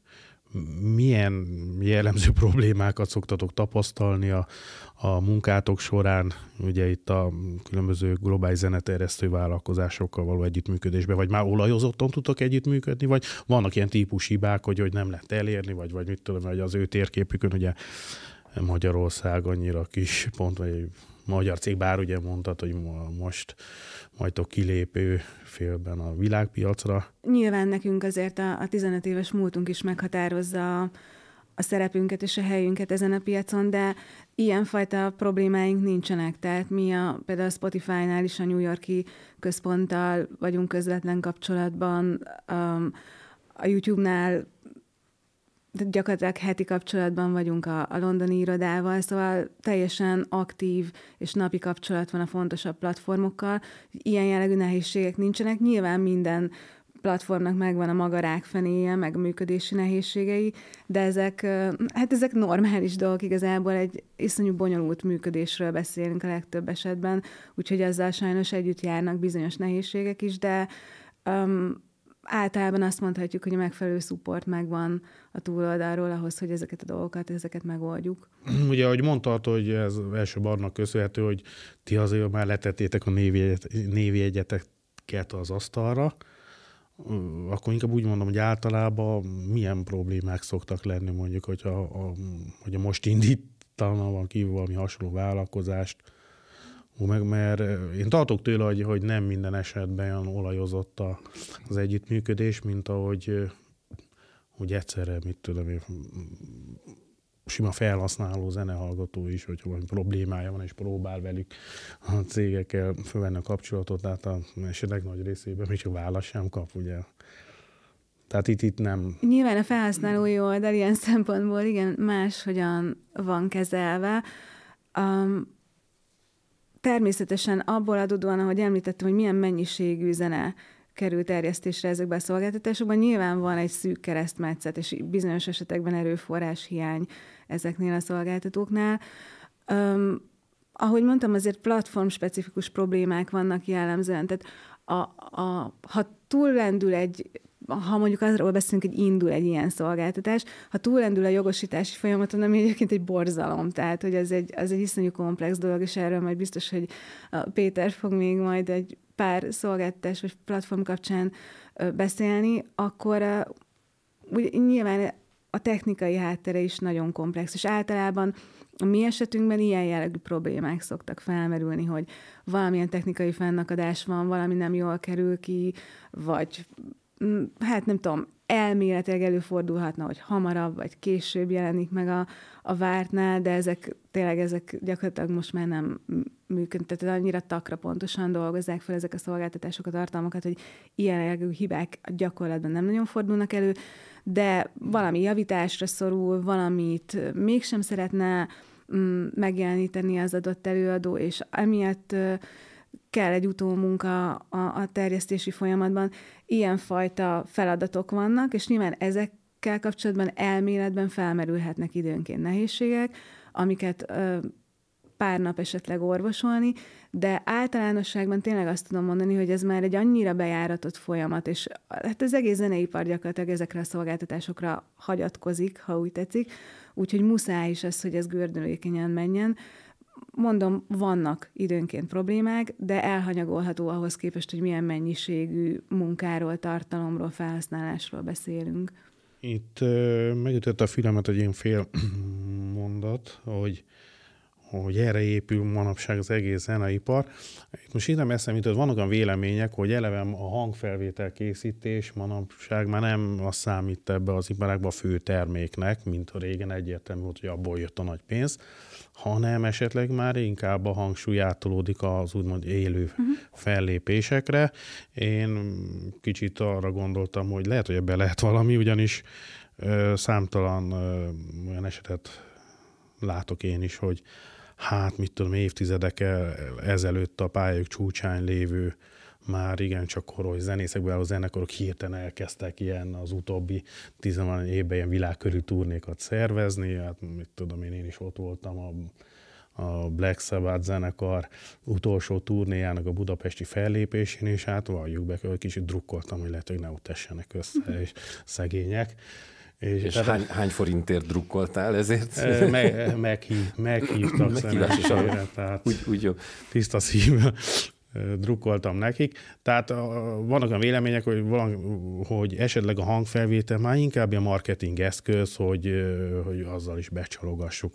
milyen jellemző problémákat szoktatok tapasztalni a munkátok során, ugye itt a különböző globális zeneterjesztő vállalkozásokkal való együttműködésben, vagy már olajozottan tudtok együttműködni, vagy vannak ilyen típushibák, hogy nem lehet elérni, vagy mit tudom, hogy az ő térképükön, ugye Magyarország annyira kis pont, vagy magyar cég, bár ugye mondtad, hogy most majdtok kilépő félben a világpiacra. Nyilván nekünk azért a 15 éves múltunk is meghatározza a szerepünket és a helyünket ezen a piacon, de ilyenfajta problémáink nincsenek. Tehát mi például a Spotify-nál is a New York-i központtal vagyunk közvetlen kapcsolatban, a YouTube-nál gyakorlatilag heti kapcsolatban vagyunk a londoni irodával, szóval teljesen aktív és napi kapcsolat van a fontosabb platformokkal. Ilyen jellegű nehézségek nincsenek. Nyilván minden platformnak megvan a maga rákfenéje, meg a működési nehézségei, de ezek normális dolgok, igazából egy iszonyú bonyolult működésről beszélünk a legtöbb esetben, úgyhogy ezzel sajnos együtt járnak bizonyos nehézségek is, de általában azt mondhatjuk, hogy a megfelelő support megvan a túloldalról ahhoz, hogy ezeket a dolgokat, megoldjuk. Ugye, ahogy mondtad, hogy ez elsőbb annak köszönhető, hogy ti azért már letettétek a névjegyeteket az asztalra, akkor inkább úgy mondom, hogy általában milyen problémák szoktak lenni, mondjuk, hogy a most indítana van kívül valami hasonló vállalkozást, mert én tartok tőle, hogy nem minden esetben olyan olajozott az együttműködés, mint ahogy egyszerre, mit tudom én, sima felhasználó zenehallgató is, hogyha valami problémája van, és próbál velük a cégekkel fölvenni a kapcsolatot, tehát a esetek nagy részében még csak választ sem kap, ugye. Tehát itt nem... Nyilván a felhasználói oldal ilyen szempontból igen máshogyan van kezelve. Természetesen abból adódóan, ahogy említettem, hogy milyen mennyiségű zene kerül terjesztésre ezekbe a szolgáltatásokban, nyilván van egy szűk keresztmetszet, és bizonyos esetekben erőforrás hiány ezeknél a szolgáltatóknál. Ahogy mondtam, azért platform-specifikus problémák vannak jellemzően. Tehát ha túllendül ha mondjuk arról beszélünk, hogy indul egy ilyen szolgáltatás, ha túllendül a jogosítási folyamaton, ami egyébként egy borzalom, tehát hogy az egy iszonyú komplex dolog, és erről majd biztos, hogy Péter fog még majd egy pár szolgáltatás vagy platform kapcsán beszélni, akkor úgy, nyilván a technikai háttere is nagyon komplex, és általában a mi esetünkben ilyen jellegű problémák szoktak felmerülni, hogy valamilyen technikai fennakadás van, valami nem jól kerül ki, vagy hát nem tudom, elméletileg előfordulhatna, hogy hamarabb vagy később jelenik meg a vártnál, de ezek gyakorlatilag most már nem működnek, tehát annyira takra pontosan dolgozzák fel ezek a szolgáltatások, a tartalmakat, hogy ilyen jellegű hibák gyakorlatban nem nagyon fordulnak elő, de valami javításra szorul, valamit mégsem szeretne megjeleníteni az adott előadó, és emiatt kell egy utómunka a terjesztési folyamatban. Ilyenfajta feladatok vannak, és nyilván ezekkel kapcsolatban elméletben felmerülhetnek időnként nehézségek, amiket pár nap esetleg orvosolni, de általánosságban tényleg azt tudom mondani, hogy ez már egy annyira bejáratott folyamat, és hát az egész zeneipar gyakorlatilag ezekre a szolgáltatásokra hagyatkozik, ha úgy tetszik, úgyhogy muszáj is az, hogy ez gördülékenyen menjen. Mondom, vannak időnként problémák, de elhanyagolható ahhoz képest, hogy milyen mennyiségű munkáról, tartalomról, felhasználásról beszélünk. Itt megütött a fülemet egy ilyen fél mondat, hogy erre épül manapság az egész zeneipar. Most ide eszembe jutott, vannak olyan vélemények, hogy eleve a hangfelvétel készítés manapság már nem azt számít ebbe az iparágba a fő terméknek, mint a régen egyértelmű volt, hogy abból jött a nagy pénz, hanem esetleg már inkább a hangsúly áttolódik az úgymond élő fellépésekre. Én kicsit arra gondoltam, hogy lehet, hogy ebben lehet valami, ugyanis számtalan olyan esetet látok én is, hogy mit tudom, évtizedek ezelőtt a pályák csúcsán lévő már igencsak koros zenészekből álló zenekarok hirtelen elkezdtek ilyen az utóbbi 10 évben ilyen világkörű turnékat szervezni. Hát mit tudom én is ott voltam a Black Sabbath zenekar utolsó turnéjának a budapesti fellépésén, és hát valljuk be, hogy kicsit drukkoltam, hogy lehet, hogy ne ott essenek össze, és szegények. És hány forintért drukkoltál ezért? Meghívtak szerencsére, tehát úgy jó. Tiszta szívvel drukkoltam nekik. Tehát vannak olyan vélemények, hogy esetleg a hangfelvétel már inkább a marketing eszköz, hogy azzal is becsalogassuk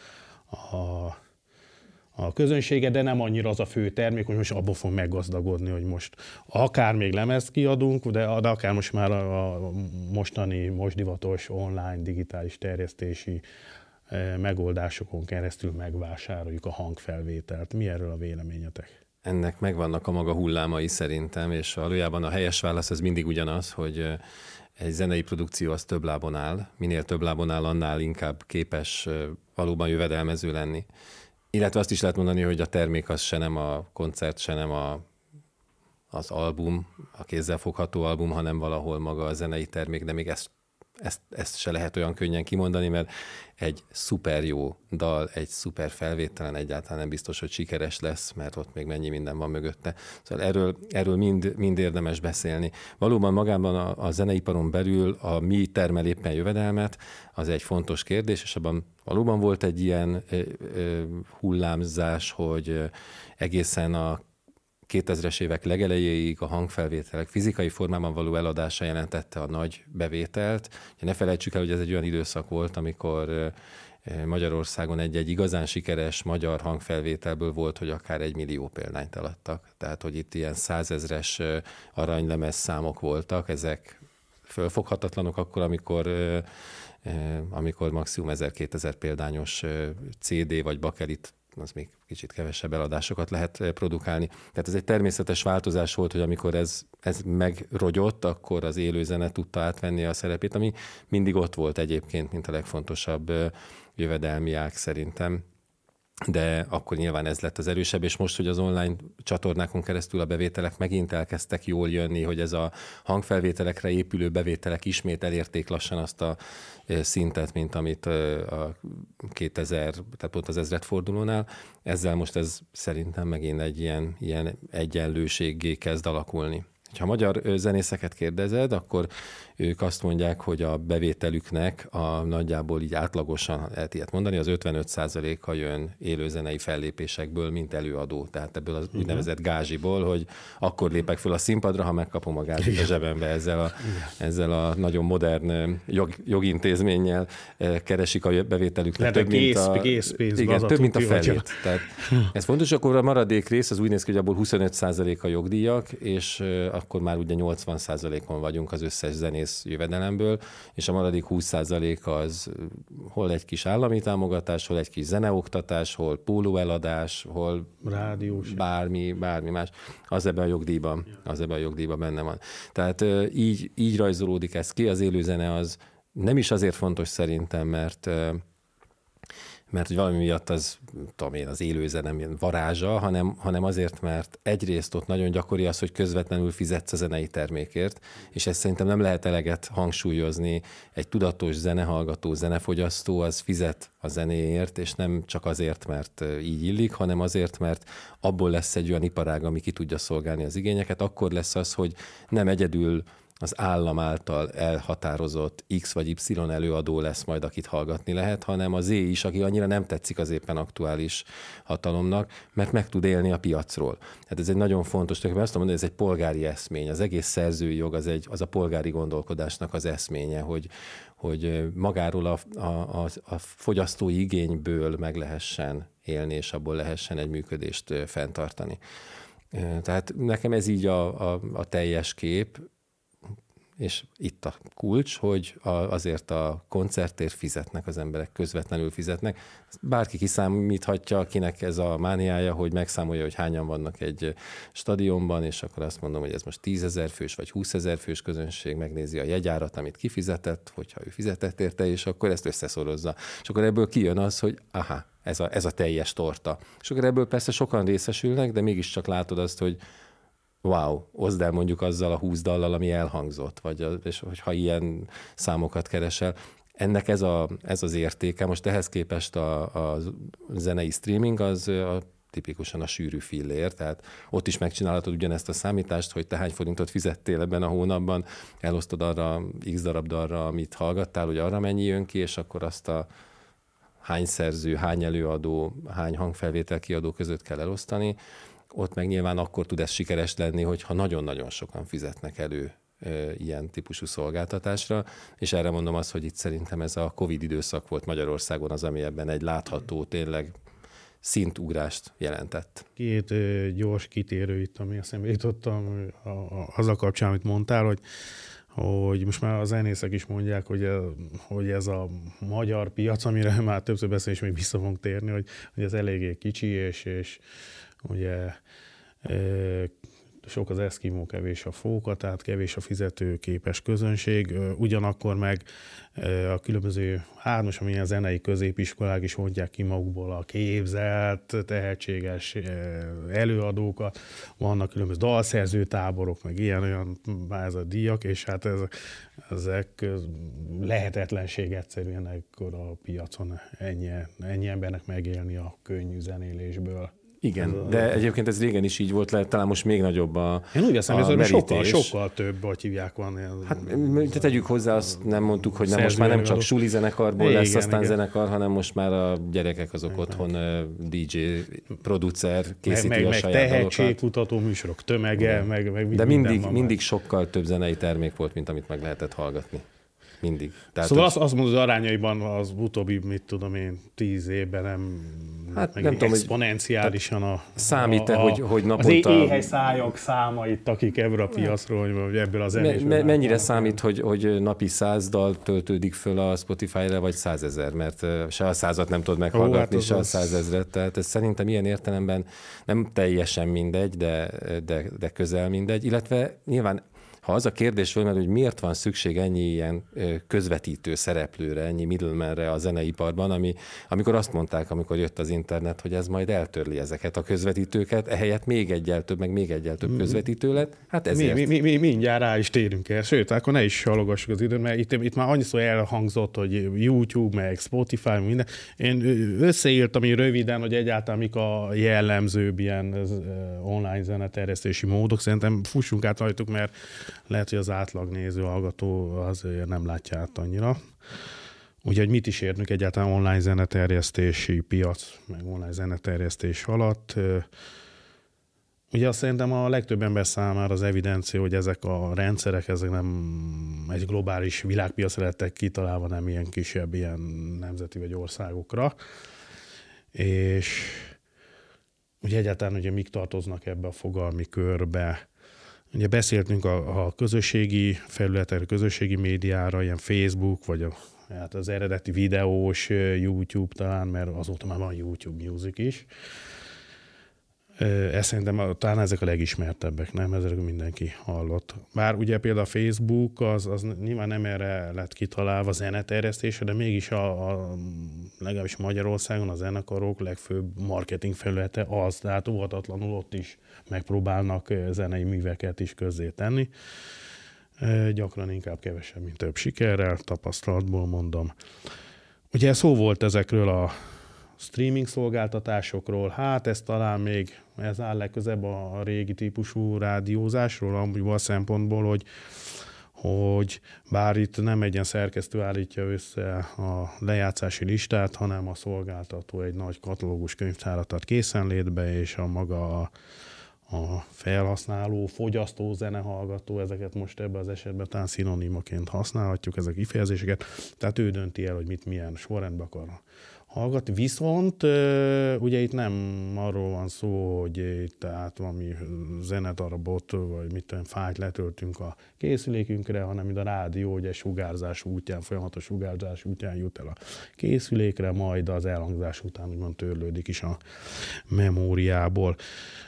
a közönséget, de nem annyira az a fő termék, hogy most abból fog meggazdagodni, hogy most akár még lemezt kiadunk, de akár most már a mostani, most divatos online digitális terjesztési megoldásokon keresztül megvásároljuk a hangfelvételt. Mi erről a véleményetek? Ennek megvannak a maga hullámai szerintem, és valójában a helyes válasz az mindig ugyanaz, hogy egy zenei produkció az több lábon áll. Minél több lábon áll, annál inkább képes valóban jövedelmező lenni. Illetve azt is lehet mondani, hogy a termék az se nem a koncert, se nem az album, a kézzelfogható album, hanem valahol maga a zenei termék, de még ezt se lehet olyan könnyen kimondani, mert egy szuper jó dal, egy szuper felvételen egyáltalán nem biztos, hogy sikeres lesz, mert ott még mennyi minden van mögötte. Szóval erről mind érdemes beszélni. Valóban magában a zeneiparon belül a mi termel éppen jövedelmet, az egy fontos kérdés, és abban valóban volt egy ilyen hullámzás, hogy egészen a 2000-es évek legelejéig a hangfelvételek fizikai formában való eladása jelentette a nagy bevételt. Ne felejtsük el, hogy ez egy olyan időszak volt, amikor Magyarországon egy igazán sikeres magyar hangfelvételből volt, hogy akár 1 millió példányt eladtak. Tehát, hogy itt ilyen 100 000-es aranylemez számok voltak, ezek fölfoghatatlanok akkor, amikor maximum 1000-2000 példányos CD vagy bakelit, az még kicsit kevesebb eladásokat lehet produkálni. Tehát ez egy természetes változás volt, hogy amikor ez megrogyott, akkor az élőzene tudta átvenni a szerepét, ami mindig ott volt egyébként, mint a legfontosabb jövedelmi ág szerintem. De akkor nyilván ez lett az erősebb, és most, hogy az online csatornákon keresztül a bevételek megint elkezdtek jól jönni, hogy ez a hangfelvételekre épülő bevételek ismét elérték lassan azt a szintet, mint amit a 2000, tehát pont az ezredfordulónál. Ezzel most ez szerintem megint egy ilyen egyenlőséggé kezd alakulni. Ha magyar zenészeket kérdezed, akkor ők azt mondják, hogy a bevételüknek nagyjából így átlagosan lehet ilyet mondani, az 55%-a jön élőzenei fellépésekből, mint előadó. Tehát ebből az úgynevezett gázsiból, hogy akkor lépek föl a színpadra, ha megkapom a gázsit a zsebembe ezzel a nagyon modern jogintézménnyel keresik a bevételüknek több, mint a felét. Tehát ez fontos, akkor a maradék rész az úgy néz ki, hogy abból 25% a jogdíjak, és akkor már ugye 80%-on vagyunk az összes zenész jövedelemből, és a maradék 20% az hol egy kis állami támogatás, hol egy kis zeneoktatás, hol pólóeladás, hol rádiós, bármi más, az ebben a jogdíjban benne van. Tehát így rajzolódik ez ki, az élőzene az nem is azért fontos szerintem, mert hogy valami miatt az élőzene milyen varázsa, hanem azért, mert egyrészt ott nagyon gyakori az, hogy közvetlenül fizetsz a zenei termékért, és ezt szerintem nem lehet eleget hangsúlyozni. Egy tudatos zenehallgató, zenefogyasztó az fizet a zenéért, és nem csak azért, mert így illik, hanem azért, mert abból lesz egy olyan iparág, ami ki tudja szolgálni az igényeket, akkor lesz az, hogy nem egyedül az állam által elhatározott X vagy Y előadó lesz majd, akit hallgatni lehet, hanem az Z is, aki annyira nem tetszik az éppen aktuális hatalomnak, mert meg tud élni a piacról. Hát ez egy nagyon fontos, azt mondom, hogy ez egy polgári eszmény. Az egész szerzői jog az a polgári gondolkodásnak az eszménye, hogy magáról a fogyasztói igényből meg lehessen élni, és abból lehessen egy működést fenntartani. Tehát nekem ez így a teljes kép, és itt a kulcs, hogy azért a koncertért fizetnek az emberek, közvetlenül fizetnek. Bárki kiszámíthatja, akinek ez a mániája, hogy megszámolja, hogy hányan vannak egy stadionban, és akkor azt mondom, hogy ez most 10 000 fős vagy 20 000 fős közönség, megnézi a jegyárat, amit kifizetett, hogyha ő fizetett érte, és akkor ezt összeszorozza. És akkor ebből kijön az, hogy ez a teljes torta. És akkor ebből persze sokan részesülnek, de mégiscsak látod azt, hogy wow, oszd el mondjuk azzal a 20 dallal, ami elhangzott, és hogyha ilyen számokat keresel. Ennek ez az értéke. Most ehhez képest a zenei streaming az tipikusan a sűrű fillér, tehát ott is megcsinálhatod ugyanezt a számítást, hogy te hány forintot fizettél ebben a hónapban, elosztod arra x darab dalra, amit hallgattál, hogy arra mennyi jön ki, és akkor azt a hány szerző, hány előadó, hány hangfelvétel kiadó között kell elosztani. Ott meg nyilván akkor tud ez sikeres lenni, hogyha nagyon-nagyon sokan fizetnek elő ilyen típusú szolgáltatásra, és erre mondom azt, hogy itt szerintem ez a Covid időszak volt Magyarországon az, ami ebben egy látható, tényleg szintugrást jelentett. Két gyors kitérő itt, ami eszembe jutottam azzal kapcsán, amit mondtál, hogy most már a zenészek is mondják, hogy ez a magyar piac, amire már többször beszél, és még vissza fogunk térni, hogy ez eléggé kicsi, és ugye sok az eszkimó, kevés a fóka, tehát kevés a fizetőképes közönség, ugyanakkor meg a különböző, most amilyen zenei középiskolák is mondják ki magukból a képzelt, tehetséges előadókat, vannak különböző dalszerző táborok, meg ilyen-olyan díjak, és hát ezek lehetetlenség egyszerűen ekkor a piacon ennyi embernek megélni a könnyű zenélésből. Igen, de egyébként ez régen is így volt, talán most még nagyobb a Én úgy veszem, hogy sokkal több, hogy hívják van. Hát tegyük hozzá, azt nem mondtuk, hogy most már nem csak suli zenekarból lesz aztán zenekar, hanem most már a gyerekek azok otthon DJ, producer, készíti a saját dalokat. Meg tehetségkutató műsorok tömege, meg de mindig sokkal több zenei termék volt, mint amit meg lehetett hallgatni. Mindig. Tehát szóval azt mondod, az arányaiban az utóbbi, 10 évben nem tudom, exponenciálisan számít-e, hogy naponta... Az éhely szájak számait, akik ebből a piacról, vagy ebből a zenésből. Mennyire számít, hogy napi 100 dal töltődik föl a Spotify-ra, vagy 100 000, mert se a 100-at nem tudod meghallgatni, se a 100 000-et. Tehát ez szerintem ilyen értelemben nem teljesen mindegy, de közel mindegy. Illetve nyilván ha az a kérdés fölmerül, hogy miért van szükség ennyi ilyen közvetítő szereplőre, ennyi middlemanre a zeneiparban, amikor azt mondták, amikor jött az internet, hogy ez majd eltörli ezeket a közvetítőket, ehelyett még egyel több közvetítő lett, hát ezért. Mi mindjárt rá is térünk el, sőt, akkor ne is halogassuk az időt, mert itt már annyiszor elhangzott, hogy YouTube, meg Spotify, minden. Én összeírtam így röviden, hogy egyáltalán mik a jellemzőbb ilyen online zeneterjesztési módok, szerintem fussunk át rajtuk, mert lehet, hogy az átlag néző, hallgató azért nem látja át annyira. Úgyhogy mit is értünk egyáltalán online zeneterjesztési piac, meg online zeneterjesztés alatt. Ugye azt szerintem a legtöbb ember számára az evidencia, hogy ezek a rendszerek, ezek nem egy globális világpiacra lettek kitalálva, nem ilyen kisebb, ilyen nemzeti vagy országokra. És ugye egyáltalán ugye mik tartoznak ebbe a fogalmi körbe. Ugye beszéltünk a közösségi felületekre, a közösségi médiára, ilyen Facebook, vagy hát az eredeti videós YouTube talán, mert azóta már van YouTube Music is. Ez szerintem talán ezek a legismertebbek, nem? Ezek mindenki hallott. Bár ugye például a Facebook, az nyilván nem erre lett kitalálva zeneterjesztésre, de mégis legalábbis Magyarországon a zenekarok legfőbb marketing felülete az, tehát óvatatlanul ott is megpróbálnak zenei műveket is közzé tenni. Gyakran inkább kevesebb, mint több sikerrel, tapasztalatból mondom. Ugye szó volt ezekről a streaming szolgáltatásokról, hát ez talán még, ez áll legközebb a régi típusú rádiózásról, amúgy szempontból, hogy bár itt nem egy ilyen szerkesztő állítja össze a lejátszási listát, hanem a szolgáltató egy nagy katalógus könyvtárat ad készenlétbe, és a maga a felhasználó, fogyasztó, zenehallgató, ezeket most ebben az esetben talán szinonimaként használhatjuk, ezek kifejezéseket, tehát ő dönti el, hogy milyen sorrendben akar hallgatni. Viszont ugye itt nem arról van szó, hogy itt tehát valami zenedarabot, vagy mit tudom, fájlt letöltünk a készülékünkre, hanem itt a rádió ugye sugárzás útján, folyamatos sugárzás útján jut el a készülékre, majd az elhangzás után úgymond törlődik is a memóriából.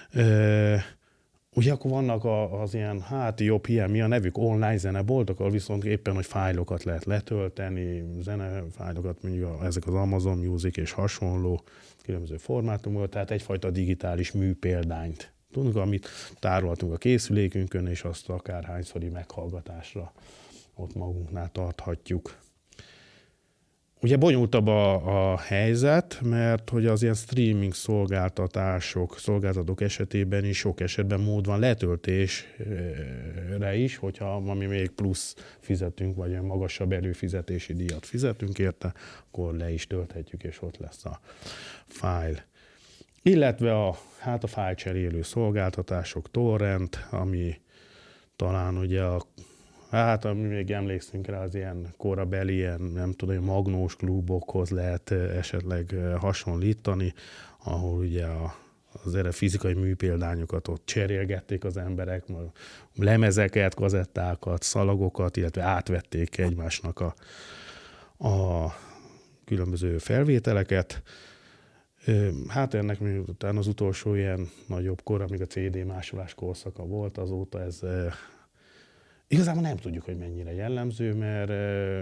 Ugye akkor vannak az ilyen, hát jobb hiány, mi a nevük, online zeneboltok, ahol viszont éppen, hogy fájlokat lehet letölteni, zenefájlokat, mondjuk ezek az Amazon Music és hasonló különböző formátumok, tehát egyfajta digitális műpéldányt tudunk, amit tárolhatunk a készülékünkön, és azt akárhányszori meghallgatásra ott magunknál tarthatjuk. Ugye bonyolultabb a helyzet, mert hogy az ilyen streaming szolgáltatók esetében is sok esetben mód van letöltésre is, hogyha valami még plusz fizetünk, vagy olyan magasabb előfizetési díjat fizetünk érte, akkor le is tölthetjük, és ott lesz a fájl. Illetve a fájlcserélő szolgáltatások, torrent, ami talán ugye ami még emlékszünk rá, az ilyen korabeli, ilyen, nem tudom, magnós klubokhoz lehet esetleg hasonlítani, ahol ugye az erre fizikai műpéldányokat ott cserélgették az emberek, lemezeket, kazettákat, szalagokat, illetve átvették egymásnak a különböző felvételeket. Hát ennek miután az utolsó ilyen nagyobb kor, amíg a CD másolás korszaka volt, azóta ez igazából nem tudjuk, hogy mennyire jellemző, mert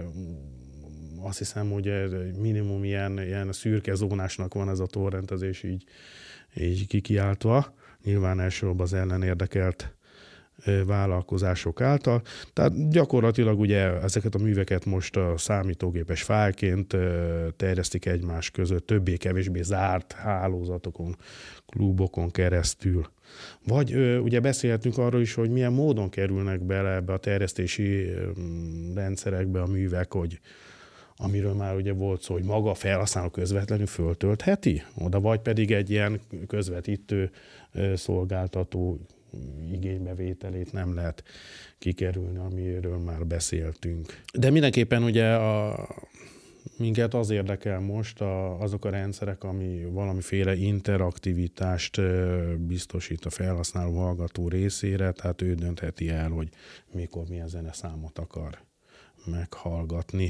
azt hiszem, hogy minimum ilyen szürke zónásnak van ez a torrentezés így kikiáltva. Nyilván elsősorban az ellenérdekelt vállalkozások által. Tehát gyakorlatilag ugye ezeket a műveket most a számítógépes fájlként terjesztik egymás között, többé-kevésbé zárt hálózatokon, klubokon keresztül. Vagy ugye beszélhetünk arról is, hogy milyen módon kerülnek bele ebbe a terjesztési rendszerekbe a művek, hogy amiről már ugye volt szó, hogy maga a felhasználó közvetlenül föltöltheti oda, vagy pedig egy ilyen közvetítő szolgáltató igénybevételét nem lehet kikerülni, amiről már beszéltünk. De mindenképpen ugye minket az érdekel most azok a rendszerek, ami valamiféle interaktivitást biztosít a felhasználó hallgató részére, tehát ő döntheti el, hogy mikor milyen zeneszámot akar meghallgatni.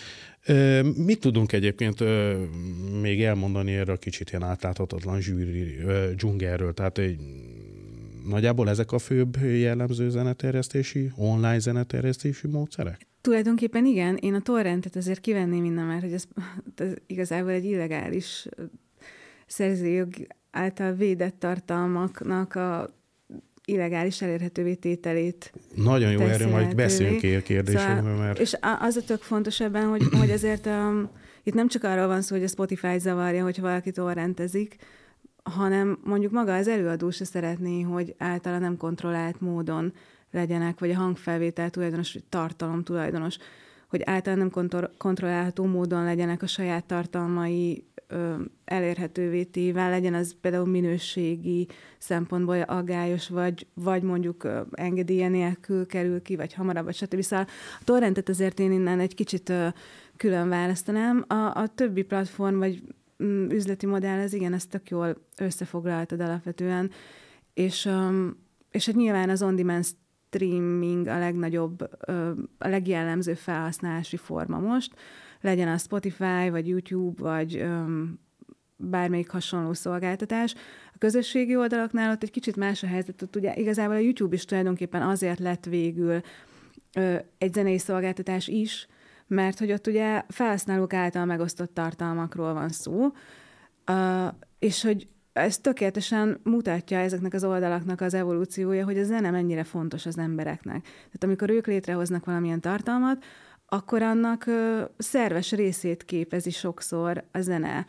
Mit tudunk egyébként még elmondani erről a kicsit ilyen átláthatatlan dzsungelről? Tehát nagyjából ezek a főbb jellemző zeneterjesztési, online zeneterjesztési módszerek? Tulajdonképpen igen, én a torrentet azért kivenném innen, mert hogy ez igazából egy illegális szerzőjog által védett tartalmaknak a illegális elérhetővé tételét. Nagyon jó, erről majd beszéljünk kérdésünkben. Szóval, mert... És az a tök fontos ebben, hogy azért itt nem csak arról van szó, hogy a Spotify zavarja, hogy valaki torrentezik, hanem mondjuk maga az előadó se szeretné, hogy általa nem kontrollált módon legyenek, vagy a hangfelvétel tulajdonos, vagy tartalom tulajdonos, hogy általán nem kontrollálható módon legyenek a saját tartalmai elérhetővé téve, legyen az például minőségi szempontból aggályos, vagy mondjuk engedélye nélkül kerül ki, vagy hamarabb, vagy stb. Szóval a torrentet azért én innen egy kicsit külön választanám. A többi platform, vagy üzleti modell, ez igen, ezt tök jól összefoglaltad alapvetően, és hát nyilván az on-demand streaming a legnagyobb, a legjellemzőbb felhasználási forma most, legyen a Spotify, vagy YouTube, vagy bármelyik hasonló szolgáltatás. A közösségi oldalaknál ott egy kicsit más a helyzet, ott ugye igazából a YouTube is tulajdonképpen azért lett végül egy zenei szolgáltatás is, mert hogy ott ugye felhasználók által megosztott tartalmakról van szó, és hogy ez tökéletesen mutatja ezeknek az oldalaknak az evolúciója, hogy a zene mennyire fontos az embereknek. Tehát amikor ők létrehoznak valamilyen tartalmat, akkor annak szerves részét képezi sokszor a zene,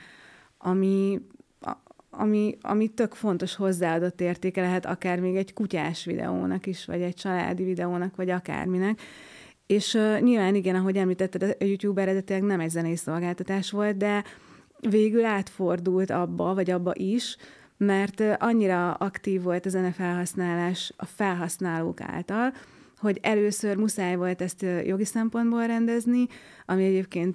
ami tök fontos hozzáadott értéke lehet akár még egy kutyás videónak is, vagy egy családi videónak, vagy akárminek. És nyilván igen, ahogy említetted, a YouTube eredetileg nem egy zenei szolgáltatás volt, de végül átfordult abba, vagy abba is, mert annyira aktív volt a zenefelhasználás a felhasználók által, hogy először muszáj volt ezt jogi szempontból rendezni, ami egyébként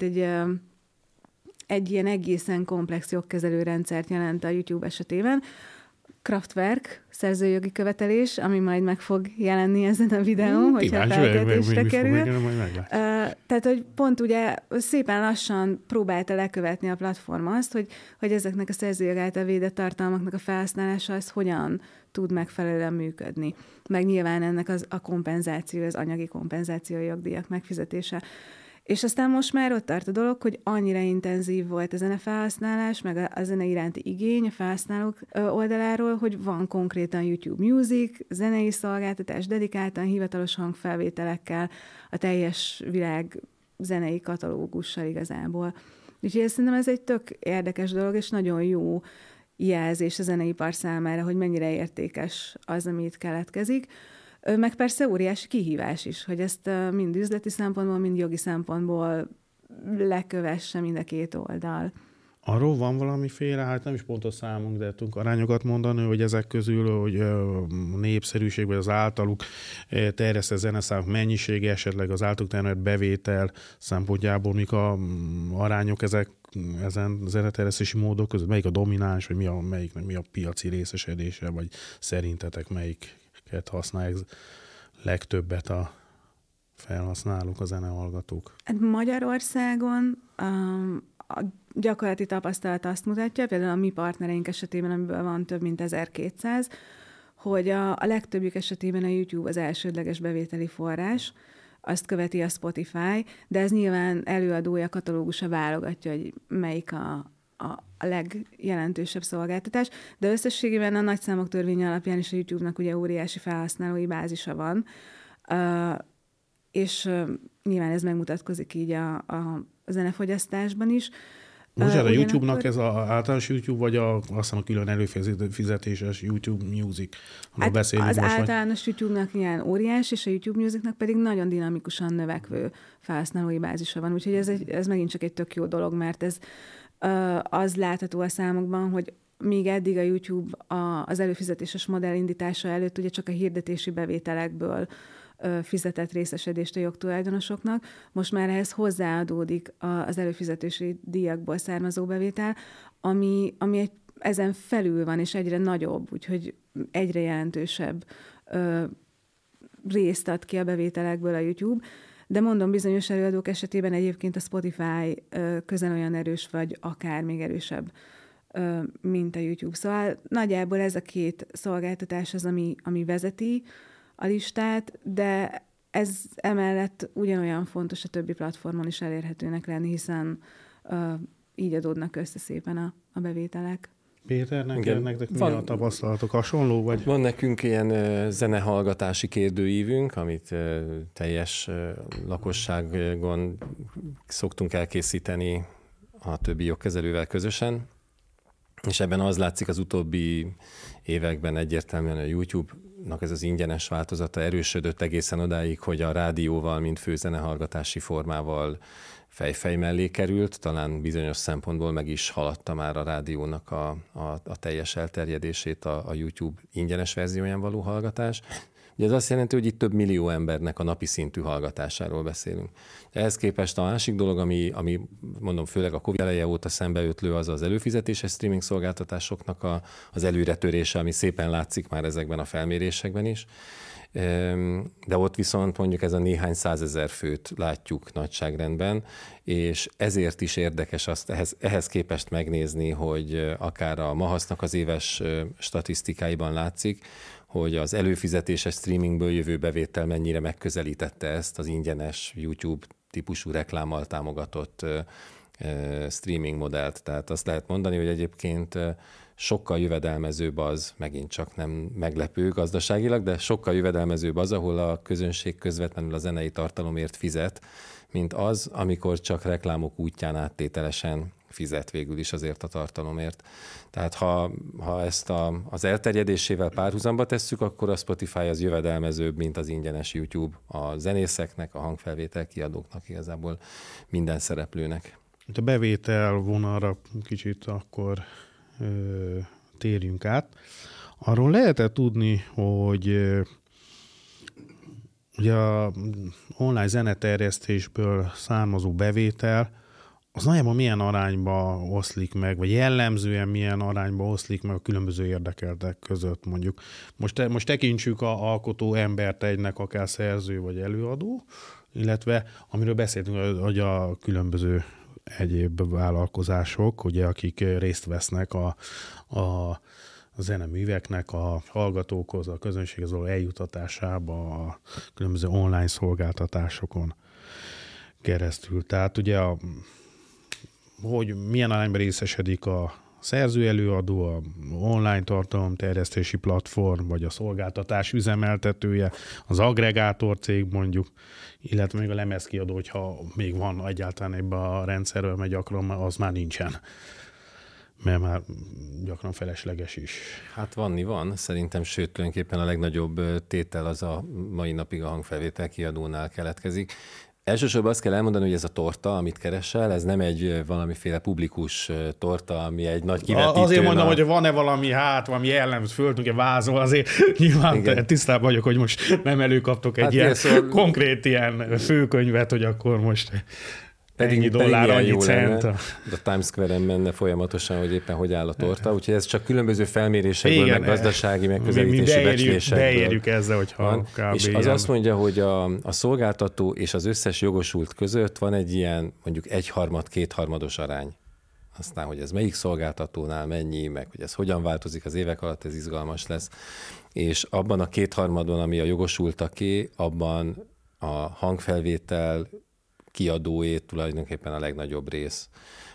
egy ilyen egészen komplex jogkezelő rendszert jelent a YouTube esetében. Kraftwerk, szerzőjogi követelés, ami majd meg fog jelenni ezen a videón, hogyha felkeltésre kerül. Tehát, hogy pont ugye szépen lassan próbálta lekövetni a platform azt, hogy ezeknek a szerzőjog által védett tartalmaknak a felhasználása az hogyan tud megfelelően működni. Meg nyilván ennek a kompenzáció, az anyagi kompenzáció, a jogdíjak megfizetése. És aztán most már ott tart a dolog, hogy annyira intenzív volt a zenefelhasználás, meg a zene iránti igény a felhasználók oldaláról, hogy van konkrétan YouTube Music, zenei szolgáltatás dedikáltan, hivatalos hangfelvételekkel, a teljes világ zenei katalógussal igazából. Úgyhogy szerintem ez egy tök érdekes dolog, és nagyon jó jelzés a zeneipar számára, hogy mennyire értékes az, ami itt keletkezik. Meg persze óriási kihívás is, hogy ezt mind üzleti szempontból, mind jogi szempontból lekövesse mind a két oldal. Arról van valamiféle, hát nem is pontos számunk, de tudunk arányokat mondani, hogy ezek közül, hogy népszerűség, vagy az általuk terjesztett zeneszámok mennyisége, esetleg az általuk terjesztett bevétel szempontjából, mik a arányok ezen zeneterjesztési módok között, melyik a domináns, vagy mi a piaci részesedése, vagy szerintetek melyiket használják legtöbbet a felhasználók, a zenehallgatók? Magyarországon a gyakorlati tapasztalat azt mutatja, például a mi partnereink esetében, amiből van több mint 1200, hogy a legtöbbjük esetében a YouTube az elsődleges bevételi forrás, azt követi a Spotify, de ez nyilván előadója, katalógusa válogatja, hogy melyik a legjelentősebb szolgáltatás, de összességében a nagyszámok törvénye alapján is a YouTube-nak ugye óriási felhasználói bázisa van, és nyilván ez megmutatkozik így a zenefogyasztásban is. Most a YouTube-nak ez az általános YouTube, vagy azt hiszem a külön előfizetéses YouTube Music? Hát az általános YouTube-nak ilyen óriás, és a YouTube Musicnak pedig nagyon dinamikusan növekvő felhasználói bázisa van. Úgyhogy ez megint csak egy tök jó dolog, mert ez az látható a számokban, hogy míg eddig a YouTube az előfizetéses modell indítása előtt ugye csak a hirdetési bevételekből fizetett részesedést a jogtulajdonosoknak. Most már ehhez hozzáadódik az előfizetési díjakból származó bevétel, ami ezen felül van, és egyre nagyobb, úgyhogy egyre jelentősebb részt ad ki a bevételekből a YouTube. De mondom, bizonyos előadók esetében egyébként a Spotify közel olyan erős, vagy akár még erősebb, mint a YouTube. Szóval nagyjából ez a két szolgáltatás az, ami vezeti a listát, de ez emellett ugyanolyan fontos a többi platformon is elérhetőnek lenni, hiszen így adódnak össze szépen a bevételek. Péter, nektek mi a tapasztalatok? Hasonló vagy? Van nekünk ilyen zenehallgatási kérdőívünk, amit teljes lakosságon szoktunk elkészíteni a többi jogkezelővel közösen, és ebben az látszik az utóbbi években egyértelműen, a YouTube rádiónak ez az ingyenes változata erősödött egészen odáig, hogy a rádióval, mint főzenehallgatási formával fejfej mellé került, talán bizonyos szempontból meg is haladta már a rádiónak a teljes elterjedését a YouTube ingyenes verzióján való hallgatás. Ugye ez azt jelenti, hogy itt több millió embernek a napi szintű hallgatásáról beszélünk. Ehhez képest a másik dolog, ami mondom, főleg a Covid eleje óta szembeötlő, az előfizetéses streaming szolgáltatásoknak az előretörése, ami szépen látszik már ezekben a felmérésekben is. De ott viszont mondjuk ez a néhány százezer főt látjuk nagyságrendben, és ezért is érdekes azt ehhez képest megnézni, hogy akár a MAHASZ-nak az éves statisztikáiban látszik, hogy az előfizetéses streamingből jövő bevétel mennyire megközelítette ezt az ingyenes YouTube típusú reklámmal támogatott streaming modellt. Tehát azt lehet mondani, hogy egyébként sokkal jövedelmezőbb az, megint csak nem meglepő gazdaságilag, de sokkal jövedelmezőbb az, ahol a közönség közvetlenül a zenei tartalomért fizet, mint az, amikor csak reklámok útján áttételesen fizet végül is azért a tartalomért. Tehát ha ezt az elterjedésével párhuzamba tesszük, akkor a Spotify az jövedelmezőbb, mint az ingyenes YouTube a zenészeknek, a hangfelvétel kiadóknak, igazából minden szereplőnek. A bevétel vonalra kicsit akkor térjünk át. Arról lehet tudni, hogy ugye a online zeneterjesztésből származó bevétel az nagyjából milyen arányba oszlik meg, vagy jellemzően milyen arányba oszlik meg a különböző érdekeltek között mondjuk. Most tekintsük a alkotó embert egynek, akár szerző vagy előadó, illetve amiről beszéltünk, hogy a különböző egyéb vállalkozások, ugye, akik részt vesznek a zeneműveknek a hallgatókhoz, a közönséghez való eljutatásába a különböző online szolgáltatásokon keresztül. Tehát ugye hogy milyen arányban részesedik a szerző előadó, a online tartalomterjesztési platform, vagy a szolgáltatás üzemeltetője, az aggregátor cég mondjuk, illetve még a lemezkiadó, hogyha még van egyáltalán ebben a rendszerben, mert gyakran az már nincsen. Mert már gyakran felesleges is. Hát van. Szerintem, sőt, tulajdonképpen a legnagyobb tétel az a mai napig a hangfelvétel kiadónál keletkezik. Elsősorban azt kell elmondani, hogy ez a torta, amit keresel, ez nem egy valamiféle publikus torta, ami egy nagy kivetítőn. Azért mondom, hogy van-e valami jellemző, föl tudja vázol, azért nyilván tisztában vagyok, hogy most nem előkaptok egy ilyen konkrét ilyen főkönyvet, hogy akkor most ennyi dollár, annyi cent. A Times Square-en menne folyamatosan, hogy éppen hogy áll a torta, úgyhogy ez csak különböző felmérésekből, meg gazdasági megközelítési becslésekből. Beérjük ezzel, hogyha kb. És az azt mondja, hogy a szolgáltató és az összes jogosult között van egy ilyen mondjuk 1/3-2/3 arány. Aztán, hogy ez melyik szolgáltatónál mennyi, meg hogy ez hogyan változik az évek alatt, ez izgalmas lesz. És abban a 2/3-ban, ami a jogosultaké, abban a hangfelvétel kiadóé tulajdonképpen a legnagyobb rész.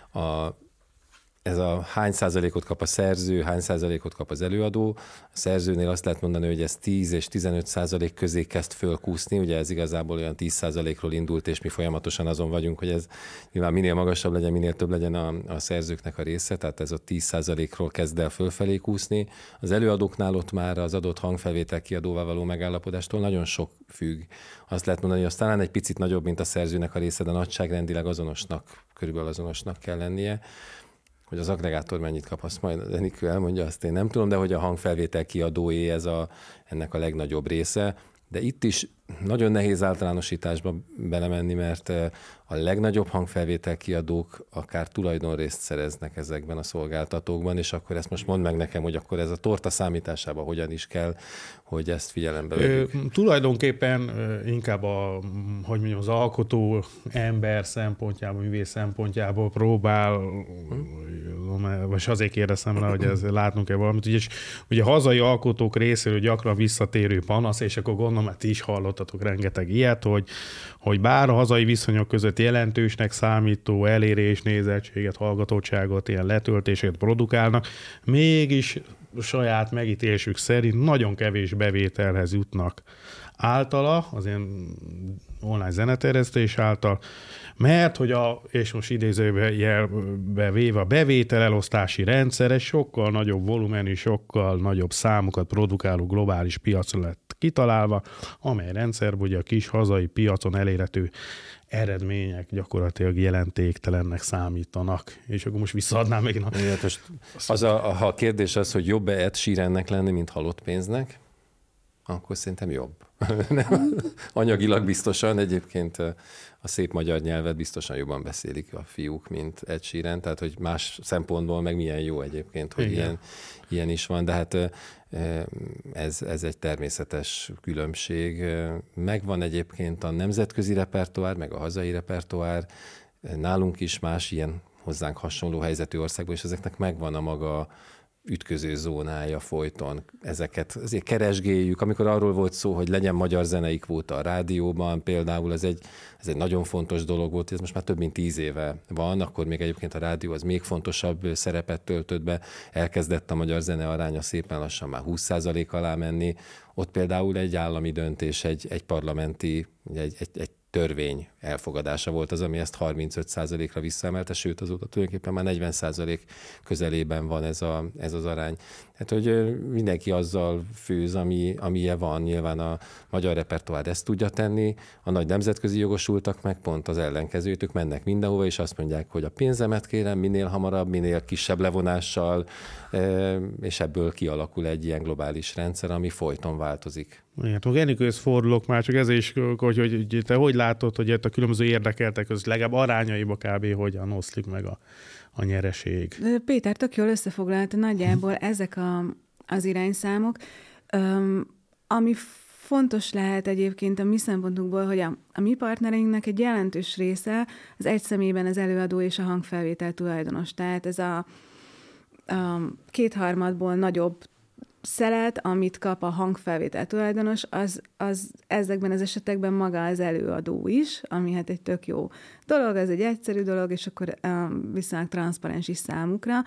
Ez a hány százalékot kap a szerző, hány százalékot kap az előadó. A szerzőnél azt lehet mondani, hogy ez 10 és 15% közé kezd fölkúszni, ugye ez igazából olyan 10%-ról indult, és mi folyamatosan azon vagyunk, hogy ez nyilván minél magasabb legyen, minél több legyen a szerzőknek a része, tehát ez a 10%-ról kezd el fölfelé kúszni. Az előadóknál ott már az adott hangfelvétel kiadóval való megállapodástól nagyon sok függ. Azt lehet mondani, hogy az talán egy picit nagyobb, mint a szerzőnek a része, de nagyságrendileg körülbelül azonosnak kell lennie. Hogy az aggregátor mennyit kap, azt majd Enikő elmondja, azt én nem tudom, de hogy a hangfelvétel kiadóé ennek a legnagyobb része. De itt is nagyon nehéz általánosításba belemenni, mert a legnagyobb hangfelvétel kiadók akár tulajdonrészt szereznek ezekben a szolgáltatókban, és akkor ezt most mondd meg nekem, hogy akkor ez a torta számításában hogyan is kell, hogy ezt figyelembe vegyük. Tulajdonképpen inkább az alkotó ember szempontjából, művész szempontjából próbál, vagy azért kérdeztem rá, hogy ez látnunk-e valamit. Ugye a hazai alkotók részéről gyakran visszatérő panasz, és akkor gondolom, hogy ti is hallottatok rengeteg ilyet, hogy bár a hazai viszonyok között jelentősnek számító elérés, nézettséget, hallgatottságot, ilyen letöltését produkálnak, mégis saját megítélésük szerint nagyon kevés bevételhez jutnak általa, az ilyen online zeneterjesztés által, mert hogy és most idézőbe véve a bevételelosztási rendszer egy sokkal nagyobb volumenű, sokkal nagyobb számokat produkáló globális piacra lett kitalálva, amely rendszerben ugye a kis hazai piacon elérhető eredmények gyakorlatilag jelentéktelennek számítanak. És akkor most visszaadnám még. Ha a kérdés az, hogy jobb-e Ed Sheerannek lenni, mint halott pénznek, akkor szerintem jobb. Anyagilag biztosan, egyébként a szép magyar nyelvet biztosan jobban beszélik a fiúk, mint Ed Sheeran, tehát hogy más szempontból meg milyen jó egyébként, hogy ilyen is van, de hát ez egy természetes különbség. Megvan egyébként a nemzetközi repertoár, meg a hazai repertoár, nálunk is más ilyen hozzánk hasonló helyzetű országban, és ezeknek megvan a maga ütköző zónája folyton. Ezeket azért keresgéljük. Amikor arról volt szó, hogy legyen magyar zenei kvóta a rádióban, például ez egy nagyon fontos dolog volt, ez most már több mint 10 éve van, akkor még egyébként a rádió az még fontosabb szerepet töltött be, elkezdett a magyar zene aránya szépen lassan már 20% alá menni. Ott például egy állami döntés, egy parlamenti, egy törvény elfogadása volt az, ami ezt 35%-ra visszaemelte, sőt azóta tulajdonképpen már 40% közelében van ez az arány. Hát, hogy mindenki azzal főz, amilyen van, nyilván a magyar repertoár ezt tudja tenni, a nagy nemzetközi jogosultak meg pont az ellenkezőt, ők mennek mindenhova, és azt mondják, hogy a pénzemet kérem minél hamarabb, minél kisebb levonással, és ebből kialakul egy ilyen globális rendszer, ami folyton változik. Igen, Enikőhöz fordulok már, csak ez is, hogy te hogy látod, hogy itt a különböző érdekeltek között legalább arányaiba kb. Hogyan oszlik meg a nyereség? Péter tök jól összefoglalta nagyjából ezek az irányszámok. Ami fontos lehet egyébként a mi szempontunkból, hogy a mi partnereinknek egy jelentős része az egy személyben az előadó és a hangfelvétel tulajdonos. Tehát ez a 2/3 nagyobb szelet, amit kap a hangfelvétel tulajdonos, az ezekben az esetekben maga az előadó is, ami hát egy tök jó dolog, ez egy egyszerű dolog, és akkor viszonylag transzparens is számukra,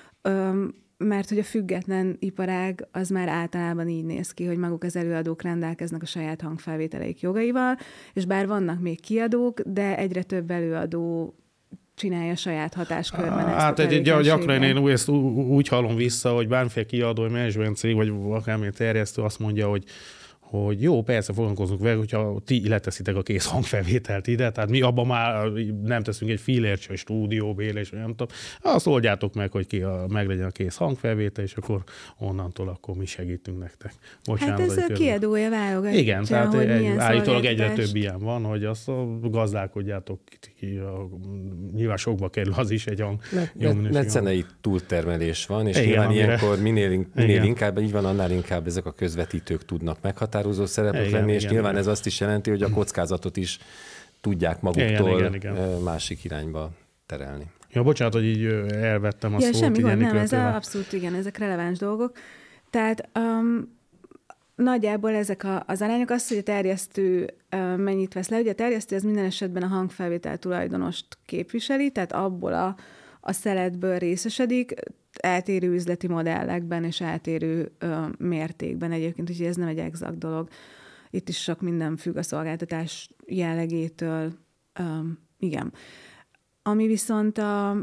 mert hogy a független iparág az már általában így néz ki, hogy maguk az előadók rendelkeznek a saját hangfelvételeik jogaival, és bár vannak még kiadók, de egyre több előadó csinálja saját hatáskörben ezt a tevékenységet. Gyakran én ezt úgy hallom vissza, hogy bármiféle kiadó, menedzsment cég, vagy akármilyen terjesztő azt mondja, hogy jó, persze foglalkozunk vele, hogyha ti leteszitek a kész hangfelvételt ide, tehát mi abban már nem teszünk egy fillért se, stúdióbélés, nem tudom. Azt oldjátok meg, hogy meglegyen a kész hangfelvétel, és akkor onnantól akkor mi segítünk nektek. Bocsánat, hát ez a kiadója válogatja. Igen, tehát állítólag egyre több ilyen van, hogy azt gazdálkodjátok ki, nyilván sokba kerül az is egy hang. Zenei túltermelés van, és nyilván ilyenkor minél inkább, így van, annál inkább ezek a közvetítők tudnak meghatározó szerepet lenni, és nyilván ez azt is jelenti, hogy a kockázatot is tudják maguktól másik irányba terelni. Ja, bocsánat, hogy így elvettem a szót. Semmi gond, nem, ez abszolút igen, ezek releváns dolgok. Tehát nagyjából ezek az arányok az, hogy a terjesztő mennyit vesz le. Ugye a terjesztő az minden esetben a hangfelvétel tulajdonost képviseli, tehát abból a szeletből részesedik, eltérő üzleti modellekben és eltérő mértékben egyébként, úgyhogy ez nem egy exakt dolog. Itt is sok minden függ a szolgáltatás jellegétől. Igen. Ami viszont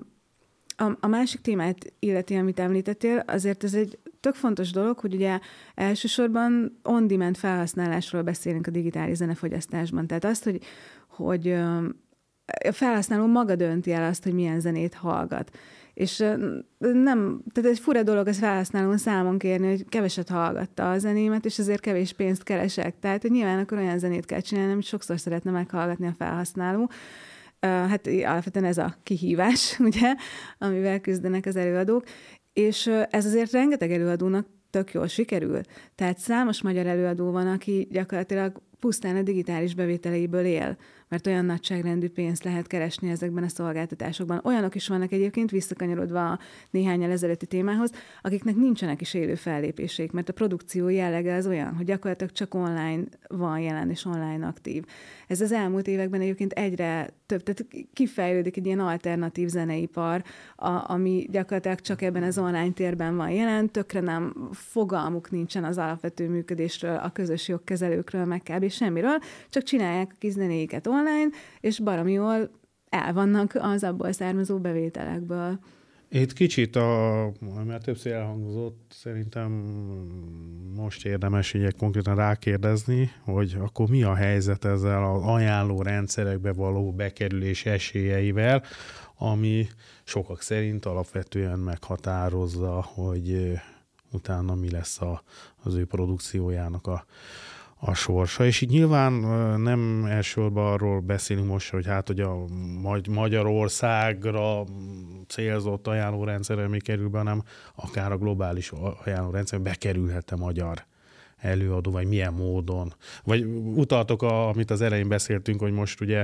a másik témát illeti, amit említettél, azért ez egy tök fontos dolog, hogy ugye elsősorban on-demand felhasználásról beszélünk a digitális zenefogyasztásban. Tehát azt, hogy a felhasználó maga dönti el azt, hogy milyen zenét hallgat. És tehát egy fura dolog az felhasználón számon kérni, hogy keveset hallgatta a zenémet, és azért kevés pénzt keresek. Tehát, hogy nyilván akkor olyan zenét kell csinálni, amit sokszor szeretne meghallgatni a felhasználó. Hát alapvetően ez a kihívás, ugye, amivel küzdenek az előadók. És ez azért rengeteg előadónak tök jól sikerül. Tehát számos magyar előadó van, aki gyakorlatilag pusztán a digitális bevételeiből él, mert olyan nagyságrendű pénzt lehet keresni ezekben a szolgáltatásokban. Olyanok is vannak egyébként, visszakanyarodva a néhányal ezelőtti témához, akiknek nincsenek is élő fellépéseik, mert a produkció jellege az olyan, hogy gyakorlatilag csak online van jelen és online aktív. Ez az elmúlt években egyébként egyre több, tehát kifejlődik egy ilyen alternatív zeneipar, ami gyakorlatilag csak ebben az online térben van jelen, tökre nem fogalmuk nincsen az alapvető működésről, a közös jogkezelőkről, meg kb. és semmiről, csak csinálják a kis zenéiket online, és baromi jól el vannak az abból származó bevételekből. Itt kicsit, mert többször elhangzott, szerintem most érdemes így konkrétan rákérdezni, hogy akkor mi a helyzet ezzel az ajánló rendszerekbe való bekerülés esélyeivel, ami sokak szerint alapvetően meghatározza, hogy utána mi lesz az ő produkciójának a sorsa. És így nyilván nem elsősorban arról beszélünk most, hogy hát, hogy a Magyarországra célzott ajánlórendszerre mi kerül be, hanem akár a globális ajánlórendszerbe bekerülhet-e magyar előadó, vagy milyen módon. Vagy utaltok, amit az elején beszéltünk, hogy most ugye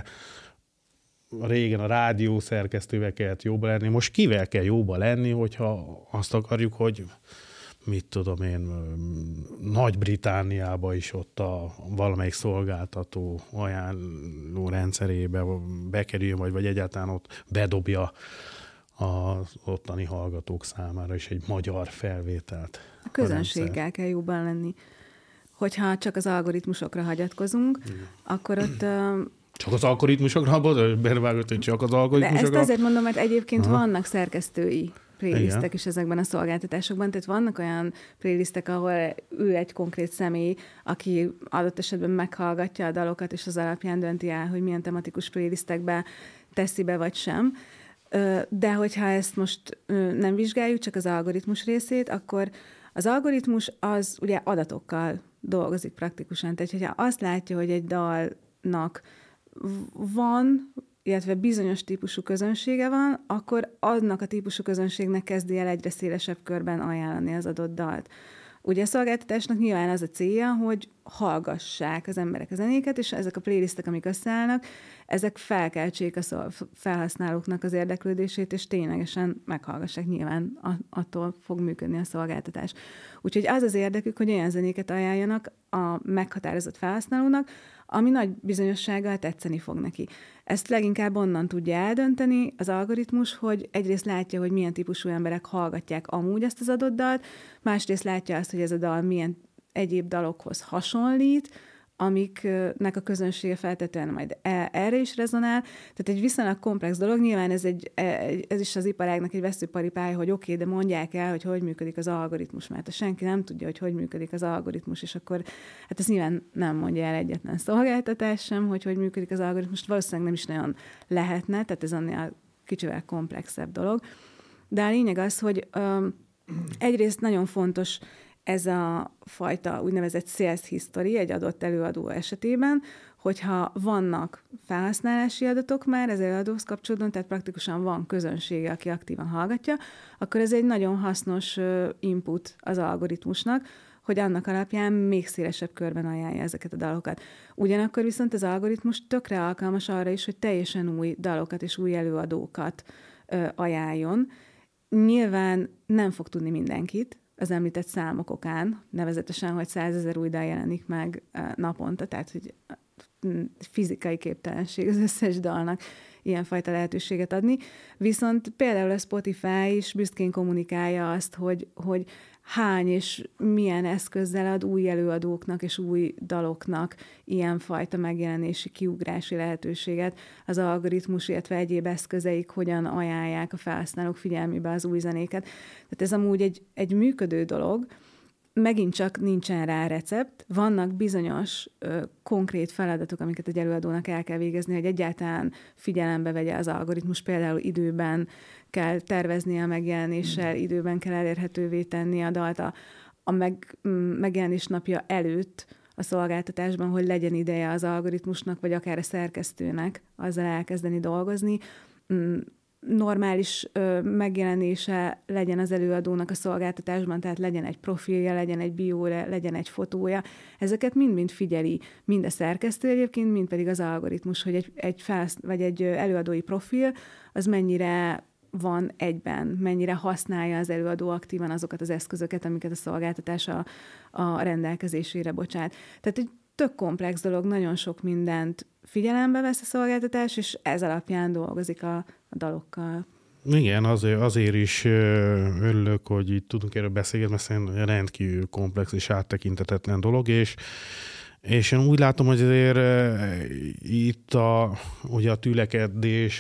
régen a rádió szerkesztővel kellett jóba lenni, most kivel kell jóba lenni, hogyha azt akarjuk, hogy mit tudom én, Nagy-Britanniába is ott valamelyik szolgáltató ajánló rendszerébe bekerüljön, vagy egyáltalán ott bedobja az ottani hallgatók számára is egy magyar felvételt. A közönséggel kell jóban lenni. Hogyha csak az algoritmusokra hagyatkozunk, akkor ott... Csak az algoritmusokra, bevágott, hogy csak az algoritmusokra. De ezt azért mondom, mert egyébként vannak szerkesztői playlistek is ezekben a szolgáltatásokban, tehát vannak olyan playlistek, ahol ül egy konkrét személy, aki adott esetben meghallgatja a dalokat, és az alapján dönti el, hogy milyen tematikus playlistekbe teszi be, vagy sem. De hogyha ezt most nem vizsgáljuk, csak az algoritmus részét, akkor az algoritmus az ugye adatokkal dolgozik praktikusan. Tehát, hogyha azt látja, hogy egy dalnak van, illetve bizonyos típusú közönsége van, akkor annak a típusú közönségnek kezdi el egyre szélesebb körben ajánlani az adott dalt. Ugye a szolgáltatásnak nyilván az a célja, hogy hallgassák az emberek a zenéket, és ezek a playlistek, amik összeállnak, ezek felkeltsék a felhasználóknak az érdeklődését, és ténylegesen meghallgassák, nyilván attól fog működni a szolgáltatás. Úgyhogy az érdekük, hogy olyan zenéket ajánljanak a meghatározott felhasználónak, ami nagy bizonyossággal tetszeni fog neki. Ezt leginkább onnan tudja eldönteni az algoritmus, hogy egyrészt látja, hogy milyen típusú emberek hallgatják amúgy ezt az adott dalt, másrészt látja azt, hogy ez a dal milyen egyéb dalokhoz hasonlít, amiknek a közönsége feltetően majd erre is rezonál. Tehát egy viszonylag komplex dolog. Nyilván ez is az iparágnak egy veszőparipája, hogy oké, de mondják el, hogy működik az algoritmus, mert senki nem tudja, hogy működik az algoritmus, és akkor hát ezt nyilván nem mondja el egyetlen szolgáltatás sem, hogy működik az algoritmus. Valószínűleg nem is nagyon lehetne, tehát ez annál kicsivel komplexebb dolog. De a lényeg az, hogy egyrészt nagyon fontos ez a fajta úgynevezett sales history egy adott előadó esetében, hogyha vannak felhasználási adatok már az előadóhoz kapcsolódóan, tehát praktikusan van közönsége, aki aktívan hallgatja, akkor ez egy nagyon hasznos input az algoritmusnak, hogy annak alapján még szélesebb körben ajánlja ezeket a dalokat. Ugyanakkor viszont az algoritmus tökre alkalmas arra is, hogy teljesen új dalokat és új előadókat ajánljon. Nyilván nem fog tudni mindenkit, az említett számok okán, nevezetesen, hogy 100 000 új dal jelenik meg naponta, tehát hogy fizikai képtelenség az összes dalnak ilyenfajta lehetőséget adni. Viszont például a Spotify is büszkén kommunikálja azt, hogy hány és milyen eszközzel ad új előadóknak és új daloknak ilyenfajta megjelenési, kiugrási lehetőséget. Az algoritmus, illetve egyéb eszközeik hogyan ajánlják a felhasználók figyelmébe az új zenéket. Tehát ez amúgy egy működő dolog, megint csak nincsen rá recept, vannak bizonyos konkrét feladatok, amiket egy előadónak el kell végezni, hogy egyáltalán figyelembe vegye az algoritmus, például időben kell tervezni a megjelenéssel, időben kell elérhetővé tenni a dalt a megjelenés napja előtt a szolgáltatásban, hogy legyen ideje az algoritmusnak, vagy akár a szerkesztőnek azzal elkezdeni dolgozni. Normális megjelenése legyen az előadónak a szolgáltatásban, tehát legyen egy profilja, legyen egy biója, legyen egy fotója. Ezeket mind-mind figyeli, mind a szerkesztő egyébként, mind pedig az algoritmus, hogy egy előadói profil, az mennyire van egyben, mennyire használja az előadó aktívan azokat az eszközöket, amiket a szolgáltatás a rendelkezésére bocsát. Tehát egy tök komplex dolog, nagyon sok mindent figyelembe vesz a szolgáltatás, és ez alapján dolgozik a dalokkal. Igen, azért is örülök, hogy itt tudunk erről beszélgetni, mert szerintem rendkívül komplex és áttekintetetlen dolog, és És én úgy látom, hogy azért itt ugye a tülekedés,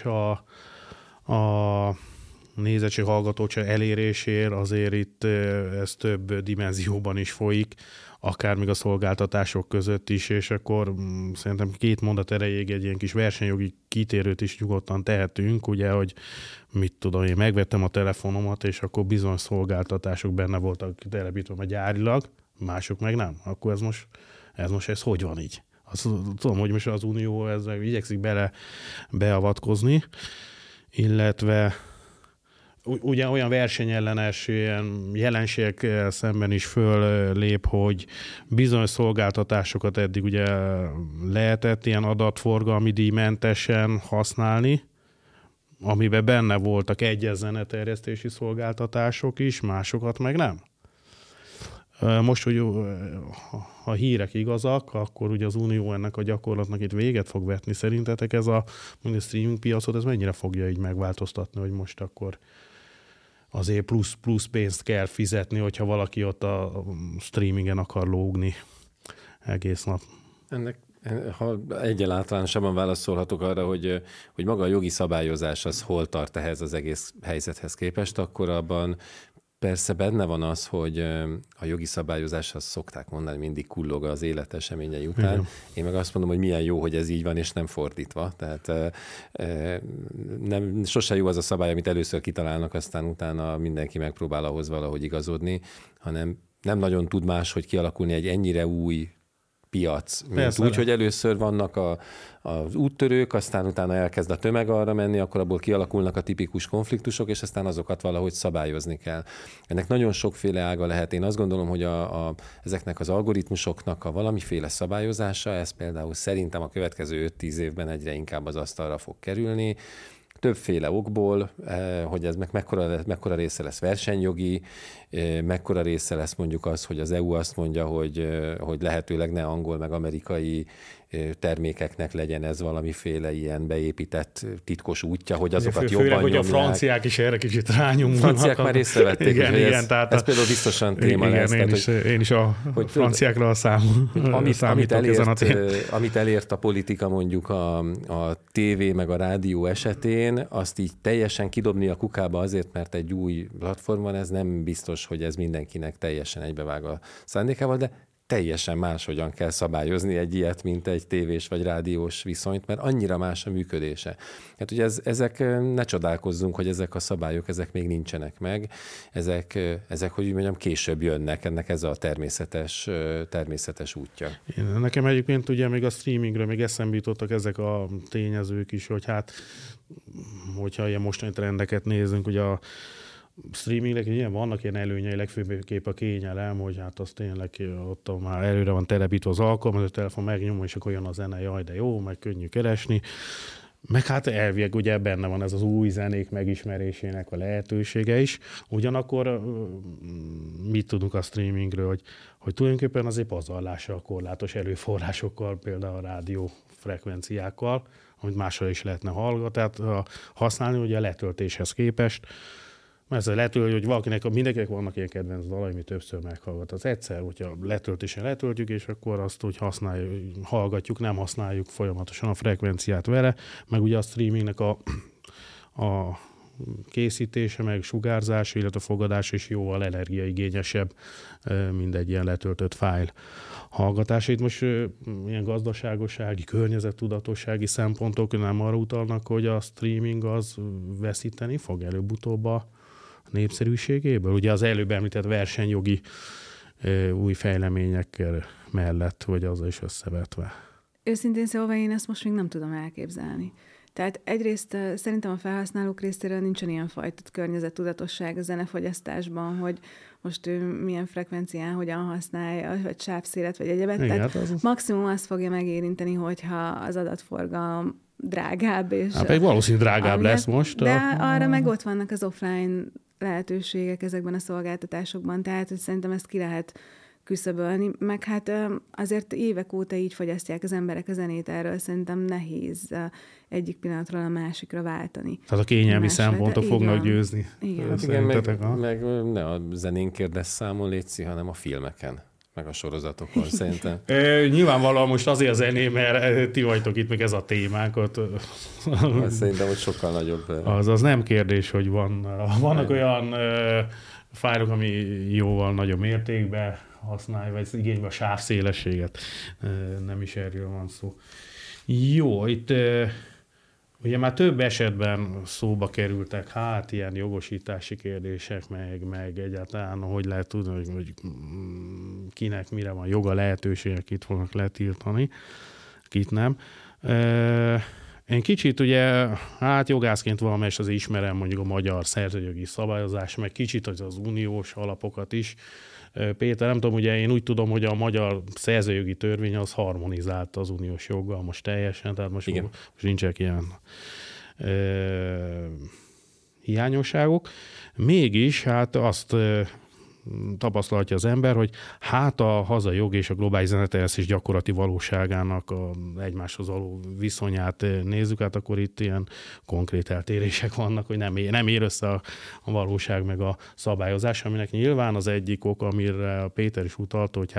a nézettség, hallgatóság elérésért azért itt ez több dimenzióban is folyik, akár még a szolgáltatások között is, és akkor szerintem 2 mondat erejéig egy ilyen kis versenyjogi kitérőt is nyugodtan tehetünk, ugye, hogy mit tudom, én megvettem a telefonomat, és akkor bizonyos szolgáltatások benne voltak telepítve gyárilag, mások meg nem. Akkor ez most hogy van így? Azt tudom, hogy most az Unió ezzel igyekszik beavatkozni, illetve ugye olyan versenyellenes jelenségekkel szemben is föllép, hogy bizonyos szolgáltatásokat eddig ugye lehetett ilyen adatforgalmi díjmentesen használni, amiben benne voltak zeneterjesztési szolgáltatások is, másokat meg nem. Most, hogy ha hírek igazak, akkor ugye az Unió ennek a gyakorlatnak itt véget fog vetni. Szerintetek ez a streaming piacot, ez mennyire fogja így megváltoztatni, hogy most akkor azért plusz pénzt kell fizetni, hogyha valaki ott a streamingen akar lógni egész nap? Ennek, ha egyen általánosabban válaszolhatok arra, hogy maga a jogi szabályozás az hol tart ehhez az egész helyzethez képest, akkor abban persze benne van az, hogy a jogi szabályozás, azt szokták mondani, mindig kullog az élet eseményei után. Igen. Én meg azt mondom, hogy milyen jó, hogy ez így van, és nem fordítva. Tehát sose jó az a szabály, amit először kitalálnak, aztán utána mindenki megpróbál ahhoz valahogy igazodni, hanem nem nagyon tud más, hogy kialakulni egy ennyire új piac, mint úgy, hogy először vannak az úttörők, aztán utána elkezd a tömeg arra menni, akkor abból kialakulnak a tipikus konfliktusok, és aztán azokat valahogy szabályozni kell. Ennek nagyon sokféle ága lehet. Én azt gondolom, hogy ezeknek az algoritmusoknak a valamiféle szabályozása, ez például szerintem a következő 5-10 évben egyre inkább az asztalra fog kerülni, többféle okból, hogy ez mekkora része lesz versenyjogi, mekkora része lesz mondjuk az, hogy az EU azt mondja, hogy lehetőleg ne angol meg amerikai termékeknek legyen ez valamiféle ilyen beépített titkos útja, hogy azokat jobban nyomják. Hogy a franciák is erre kicsit rányomulnak. A franciák már észrevették, igen, hogy igen, ez például biztosan téma lesz. Én is a franciákra amit elért a politika mondjuk a tévé meg a rádió esetén, azt így teljesen kidobni a kukába azért, mert egy új platform van, ez nem biztos, hogy ez mindenkinek teljesen egybevág a szándékával, de teljesen máshogyan kell szabályozni egy ilyet, mint egy tévés vagy rádiós viszonyt, mert annyira más a működése. Hát ugye ezek, ne csodálkozzunk, hogy ezek a szabályok, ezek még nincsenek meg. Ezek, hogy úgy mondjam, később jönnek, ennek ez a természetes útja. Nekem egyébként ugye még a streamingről még eszembe jutottak ezek a tényezők is, hogy hát, hogyha ilyen mostani trendeket nézzünk, ugye a streamingnek ilyen vannak ilyen előnyei, legfőképp a kényelem, hogy hát az tényleg ott már előre van telepítve az alkalmazó, a telefon megnyom, és akkor jön a zene, jaj, de jó, meg könnyű keresni. Meg hát elvileg ugye benne van ez az új zenék megismerésének a lehetősége is. Ugyanakkor mit tudunk a streamingről, hogy tulajdonképpen azért pazarlással, korlátos erőforrásokkal, például a rádiófrekvenciákkal, amit másra is lehetne használni, ugye a letöltéshez képest. Mert ez letöltő, hogy valakinek, mindenkinek vannak ilyen kedvenc dalai, ami többször meghallgat. Az egyszer, hogyha letöltésen letöltjük, és akkor azt úgy hallgatjuk, nem használjuk folyamatosan a frekvenciát vele, meg ugye a streamingnek a készítése, meg sugárzása, illetve a fogadás is jóval energiaigényesebb, mint egy ilyen letöltött fájl hallgatása. Itt most ilyen gazdaságossági, környezettudatossági szempontok nem arra utalnak, hogy a streaming az veszíteni fog előbb-utóbb a népszerűségéből. Ugye az előbb említett versenyjogi új fejleményekkel mellett, vagy azzal is összevetve. Őszintén szóval én ezt most még nem tudom elképzelni. Tehát egyrészt szerintem a felhasználók részéről nincsen ilyen fajta környezettudatosság a zenefogyasztásban, hogy most ő milyen frekvencián hogyan használja, vagy sávszélet, vagy egyebet. Igen, tehát maximum azt fogja megérinteni, hogyha az adatforgalom drágább. És hát pedig valószínűleg drágább lesz most. De arra meg ott vannak az offline lehetőségek ezekben a szolgáltatásokban, tehát hogy szerintem ezt ki lehet küszöbölni, meg hát azért évek óta így fogyasztják az emberek a zenét, erről szerintem nehéz egyik pillanatról a másikra váltani. Tehát a kényelmi szempontok fognak győzni. Igen, meg ne a zenénkért lesz számon, létszi, hanem a filmeken. meg a sorozatokon, szerintem. Nyilvánvalóan most azért zeném, mert ti vagytok itt, meg ez a témánkat. Szerintem, hogy sokkal nagyobb. Az nem kérdés, hogy vannak olyan fájlok, ami jóval nagyobb mértékben használja, vagy igénybe a sávszélességet. Nem is erről van szó. Jó, itt ugye már több esetben szóba kerültek, ilyen jogosítási kérdések, meg egyáltalán, hogy lehet tudni, hogy kinek mire van joga, lehetőségek, kit fognak letiltani, kit nem. Én kicsit ugye, jogászként valamelyest az ismerem mondjuk a magyar szerzőjogi szabályozás, meg kicsit az uniós alapokat is. Péter, nem tudom, ugye én úgy tudom, hogy a magyar szerzőjogi törvény az harmonizálta az uniós joggal most teljesen, tehát most nincsenek ilyen hiányosságok. Mégis azt tapasztalhatja az ember, hogy a hazai jog és a globális zeneterjesztés gyakorlati valóságának egymáshoz való viszonyát nézzük, akkor itt ilyen konkrét eltérések vannak, hogy nem ér össze a valóság meg a szabályozás, aminek nyilván az egyik ok, amire Péter is utalt, hogy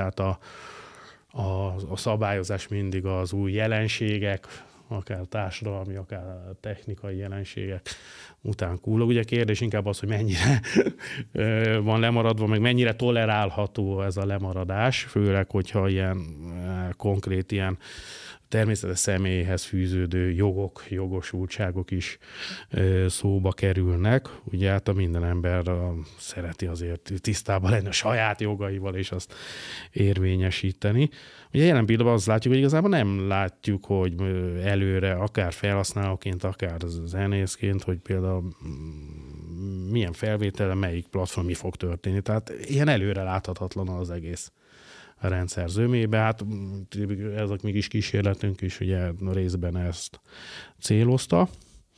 a szabályozás mindig az új jelenségek, akár társadalmi, akár technikai jelenségek után kúlog. Ugye kérdés inkább az, hogy mennyire van lemaradva, meg mennyire tolerálható ez a lemaradás, főleg, hogyha ilyen konkrét, ilyen természetes személyhez fűződő jogok, jogosultságok is szóba kerülnek. Ugye a minden ember szereti azért tisztában lenni a saját jogaival, és azt érvényesíteni. Ugye jelen pillanatban azt látjuk, hogy igazából nem látjuk, hogy előre, akár felhasználóként, akár zenészként, hogy például milyen felvételen, melyik platform mi fog történni. Tehát ilyen előre láthatatlan az egész a rendszer zömébe. Ezek még is kísérletünk is ugye részben ezt célozta.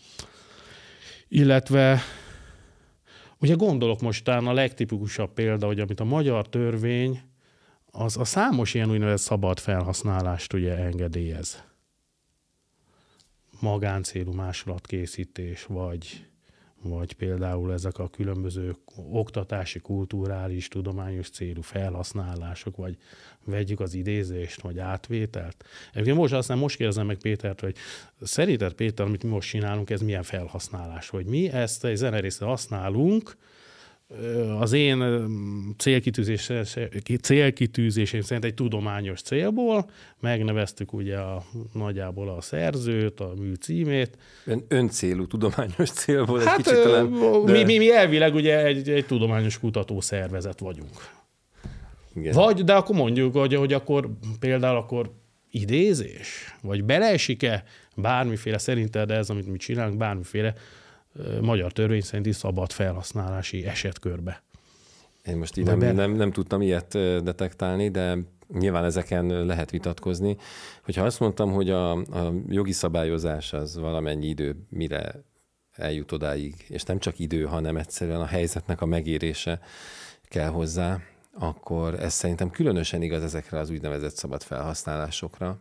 Illetve ugye gondolok mostán a legtipikusabb példa, hogy amit a magyar törvény az a számos ilyen úgynevezett szabad felhasználást ugye engedélyez. Magáncélú másolatkészítés, vagy például ezek a különböző oktatási, kulturális, tudományos célú felhasználások, vagy vegyük az idézést, vagy átvételt. Egyébként most kérdezem meg Pétert, hogy szerinted, Péter, amit mi most csinálunk, ez milyen felhasználás? Hogy mi ezt egy zenerészre használunk, az én célkitűzésem szerint egy tudományos célból, megneveztük ugye nagyjából a szerzőt, a mű címét. Öncélú tudományos célból egy kicsit talán... De... Mi elvileg ugye egy tudományos kutatószervezet vagyunk. Igen. De akkor mondjuk, hogy akkor például idézés? Vagy beleesik-e bármiféle, szerinted ez, amit mi csinálunk, bármiféle magyar törvény szerinti szabad felhasználási esetkörbe? Én most így nem tudtam ilyet detektálni, de nyilván ezeken lehet vitatkozni. Hogyha azt mondtam, hogy a jogi szabályozás az valamennyi idő, mire eljut odáig, és nem csak idő, hanem egyszerűen a helyzetnek a megérése kell hozzá, akkor ez szerintem különösen igaz ezekre az úgynevezett szabad felhasználásokra,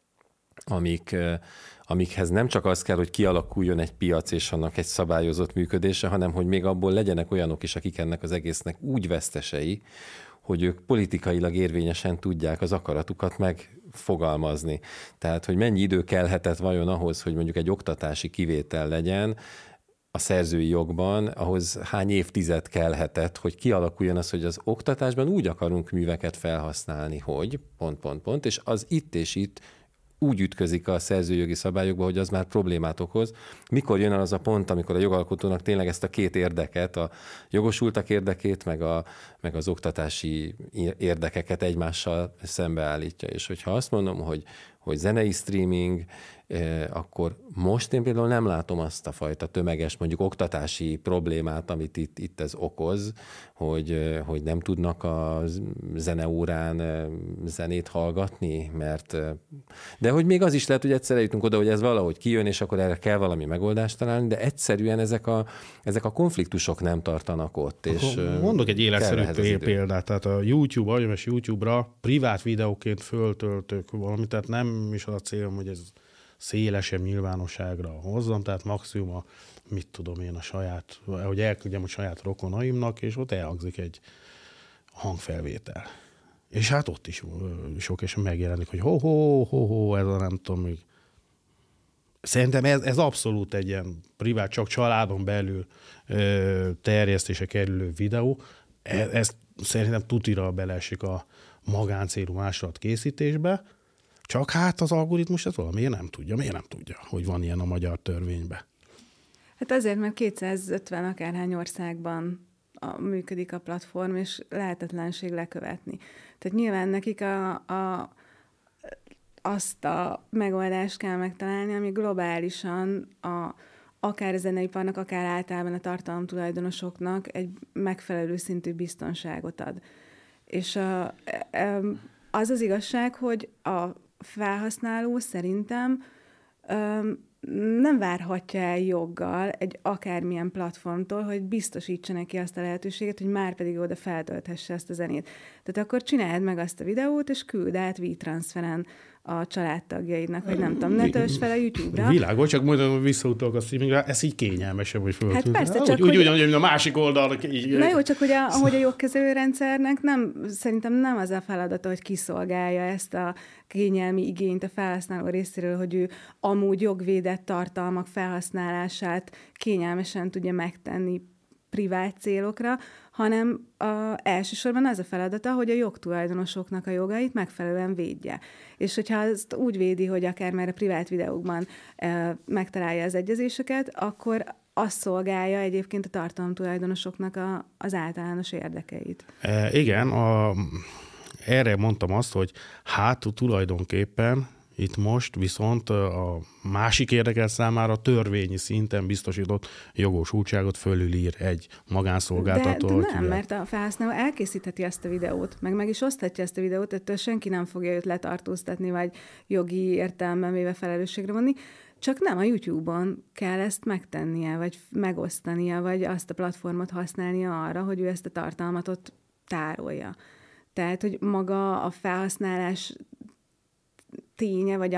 amikhez nem csak az kell, hogy kialakuljon egy piac és annak egy szabályozott működése, hanem hogy még abból legyenek olyanok is, akik ennek az egésznek úgy vesztesei, hogy ők politikailag érvényesen tudják az akaratukat megfogalmazni. Tehát, hogy mennyi idő kellhetett vajon ahhoz, hogy mondjuk egy oktatási kivétel legyen a szerzői jogban, ahhoz hány évtized kellhetett, hogy kialakuljon az, hogy az oktatásban úgy akarunk műveket felhasználni, hogy ... és az itt és itt úgy ütközik a szerzőjogi szabályokba, hogy az már problémát okoz. Mikor jön el az a pont, amikor a jogalkotónak tényleg ezt a két érdeket, a jogosultak érdekét, meg az oktatási érdekeket egymással szembeállítja. És hogyha azt mondom, hogy zenei streaming, akkor most én például nem látom azt a fajta tömeges, mondjuk oktatási problémát, amit itt ez okoz, hogy nem tudnak a zeneórán zenét hallgatni, de hogy még az is lehet, hogy egyszer eljutunk oda, hogy ez valahogy kijön, és akkor erre kell valami megoldást találni, de egyszerűen ezek a konfliktusok nem tartanak ott. És mondok egy életszerű példát, tehát a YouTube, agyomes YouTube-ra privát videóként föltöltök valamit, tehát nem is az a célom, hogy ez szélesebb nyilvánosságra hozzam, tehát maximum a saját, hogy elküldjem a saját rokonaimnak, és ott elhangzik egy hangfelvétel. És hát ott is sok esetben megjelenik, hogy ho, ez a nem tudom még. Szerintem ez abszolút egy ilyen privát, csak családon belül terjesztése kerülő videó. Ez szerintem tutira beleesik a magáncélú másolat készítésbe, csak hát az algoritmus ez valamiért nem tudja. Miért nem tudja, hogy van ilyen a magyar törvényben? Hát azért, mert 250 akárhány országban működik a platform, és lehetetlenség lekövetni. Tehát nyilván nekik azt a megoldást kell megtalálni, ami globálisan akár a zeneiparnak, akár általában a tartalomtulajdonosoknak egy megfelelő szintű biztonságot ad. És az az igazság, hogy a felhasználó szerintem nem várhatja el joggal egy akármilyen platformtól, hogy biztosítsa neki azt a lehetőséget, hogy már pedig oda feltölthesse ezt a zenét. Tehát akkor csináld meg azt a videót, és küld át WeTransferen a családtagjaidnak, vagy nem tudom, ne töltsd fel a YouTube-ra. Világos, csak mondom, hogy visszautalok a streamingre, ez így kényelmesebb, hogy föl. Hát persze, csak úgy ugyanúgy, a másik oldalnak így. Na jó, csak hogy a jogkezelő rendszernek szerintem nem az a feladata, hogy kiszolgálja ezt a kényelmi igényt a felhasználó részéről, hogy ő amúgy jogvédett tartalmak felhasználását kényelmesen tudja megtenni privát célokra, hanem elsősorban az a feladata, hogy a jogtulajdonosoknak a jogait megfelelően védje. És hogyha azt úgy védi, hogy akár már a privát videókban megtalálja az egyezéseket, akkor azt szolgálja egyébként a tartalomtulajdonosoknak az általános érdekeit. Igen, erre mondtam azt, hogy hát tulajdonképpen itt most viszont a másik érdekelt számára törvényi szinten biztosított jogosultságot fölülír egy magánszolgáltató. De nem, mert a felhasználó elkészítheti ezt a videót, meg is oszthatja ezt a videót, ettől senki nem fogja őt letartóztatni, vagy jogi értelemben véve felelősségre vonni. Csak nem a YouTube-on kell ezt megtennie, vagy megosztania, vagy azt a platformot használnia arra, hogy ő ezt a tartalmat ott tárolja. Tehát, hogy maga a felhasználás ténye, vagy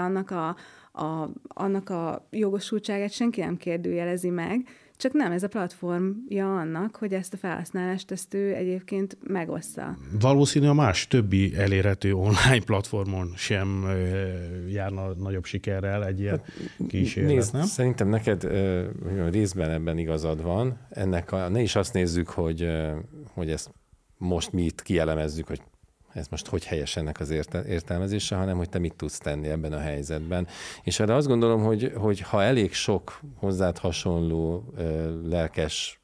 annak a jogosultságát senki nem kérdőjelezi meg, csak nem ez a platformja annak, hogy ezt a felhasználást ezt ő egyébként megossza. Valószínű a más többi elérhető online platformon sem járna nagyobb sikerrel egy ilyen kísérlet, nem? Szerintem neked részben ebben igazad van. Ne is azt nézzük, hogy ezt most mi itt kielemezzük, hogy ez most hogy helyes ennek az értelmezése, hanem hogy te mit tudsz tenni ebben a helyzetben. És erre azt gondolom, hogy ha elég sok hozzád hasonló lelkes,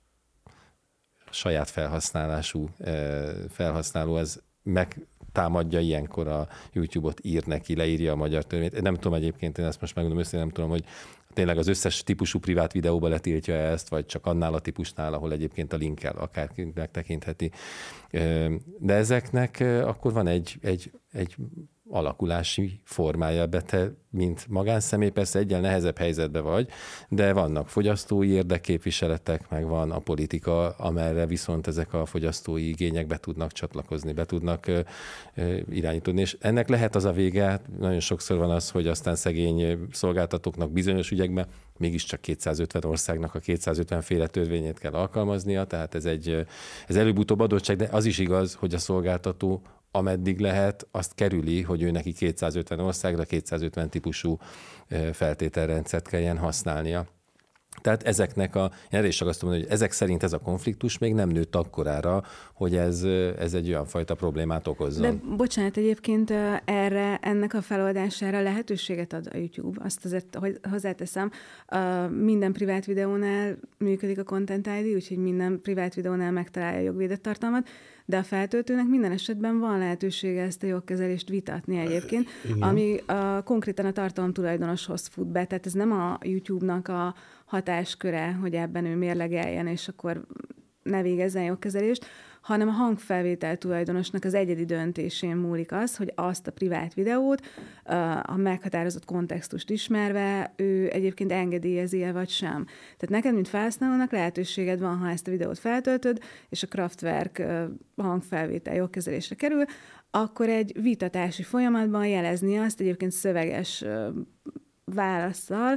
saját felhasználású felhasználó, ez megtámadja ilyenkor a YouTube-ot, ír neki, leírja a magyar törvényt. Nem tudom egyébként, én ezt most megmondom össze, nem tudom, hogy tényleg az összes típusú privát videóba letiltja ezt, vagy csak annál a típusnál, ahol egyébként a linkkel akárki megtekintheti. De ezeknek akkor van egy alakulási formája, ebbe te, mint magánszemély, persze egyen nehezebb helyzetben vagy, de vannak fogyasztói érdekképviseletek, meg van a politika, amerre viszont ezek a fogyasztói igények be tudnak csatlakozni, be tudnak irányítani. És ennek lehet az a vége, nagyon sokszor van az, hogy aztán szegény szolgáltatóknak bizonyos ügyekben mégiscsak 250 országnak a 250 féle törvényét kell alkalmaznia, tehát ez előbb-utóbb adottság, de az is igaz, hogy a szolgáltató ameddig lehet, azt kerüli, hogy ő neki 250 országra 250 típusú feltételrendszert kelljen használnia. Tehát erre is csak azt mondom, hogy ezek szerint ez a konfliktus még nem nőtt akkorára, hogy ez egy olyan fajta problémát okozzon. De bocsánat, egyébként ennek a feloldására lehetőséget ad a YouTube. Azt azért, hogy hozzáteszem, minden privát videónál működik a Content ID, úgyhogy minden privát videónál megtalálja a jogvédett tartalmat, de a feltöltőnek minden esetben van lehetősége ezt a jogkezelést vitatni egyébként, ami konkrétan a tartalomtulajdonoshoz fut be. Tehát ez nem a YouTube-nak a hatásköre, hogy ebben ő mérlegeljen, és akkor ne végezzen jogkezelést, hanem a hangfelvétel tulajdonosnak az egyedi döntésén múlik az, hogy azt a privát videót, a meghatározott kontextust ismerve, ő egyébként engedélyezi-e vagy sem. Tehát neked, mint felhasználónak lehetőséged van, ha ezt a videót feltöltöd, és a Kraftwerk hangfelvétel jogkezelésre kerül, akkor egy vitatási folyamatban jelezni azt egyébként szöveges válasszal,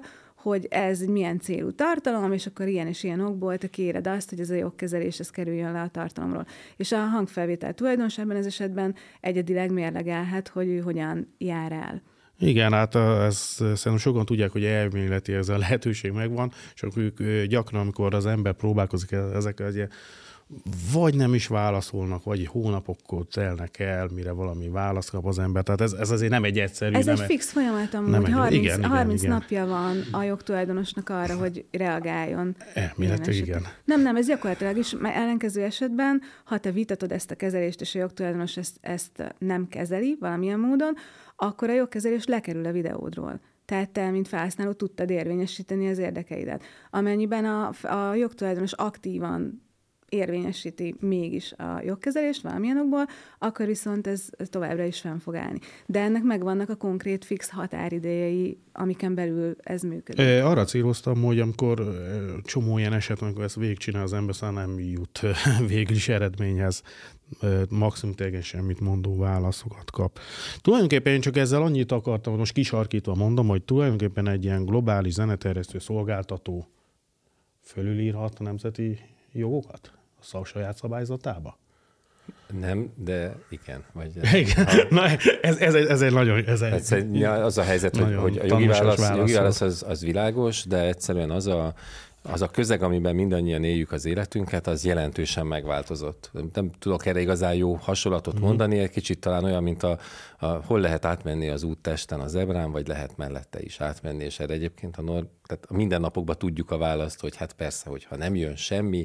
hogy ez milyen célú tartalom, és akkor ilyen és ilyen okból te kéred azt, hogy ez a jogkezelés ez kerüljön le a tartalomról. És a hangfelvétel tulajdonosában ez esetben egyedileg mérlegelhet, hogy ő hogyan jár el. Igen, hát ezt szerintem sokan tudják, hogy elméleti ez a lehetőség megvan, és akkor ők gyakran, amikor az ember próbálkozik ezekkel, vagy nem is válaszolnak, vagy hónapokkor telnek el, mire valami választ kap az ember. Tehát ez azért nem egy egyszerű... Ez egy fix folyamat, amúgy 30 napja van a jogtulajdonosnak arra, hogy reagáljon. Elméletileg igen. Nem, ez gyakorlatilag is, mert ellenkező esetben, ha te vitatod ezt a kezelést, és a jogtulajdonos ezt nem kezeli valamilyen módon, akkor a jogkezelés lekerül a videódról. Tehát te, mint felhasználó, tudtad érvényesíteni az érdekeidet. Amennyiben a jogtulajdonos aktívan érvényesíti mégis a jogkezelést valamilyen okból, akkor viszont ez továbbra is fenn fog állni. De ennek megvannak a konkrét fix határidejei, amiken belül ez működik. Arra céloztam, hogy amikor csomó ilyen eset, amikor ezt végigcsinál az ember, szóval nem jut végül is eredményhez. Maximum teljesen semmit mondó válaszokat kap. Tulajdonképpen én csak ezzel annyit akartam, most kisarkítva mondom, hogy tulajdonképpen egy ilyen globális zeneterjesztő szolgáltató fölülírhat a nemzeti jogokat a saját szabályzatába? Nem, de igen. Vagy, igen. Na, ez egy nagyon... Az a helyzet, hogy a jogi válasz az világos, de egyszerűen az a közeg, amiben mindannyian éljük az életünket, az jelentősen megváltozott. Nem tudok erre igazán jó hasonlatot mondani, egy kicsit talán olyan, mint hol lehet átmenni az úttesten a zebrán, vagy lehet mellette is átmenni, és erre egyébként tehát a mindennapokban tudjuk a választ, hogy hát persze, hogyha nem jön semmi,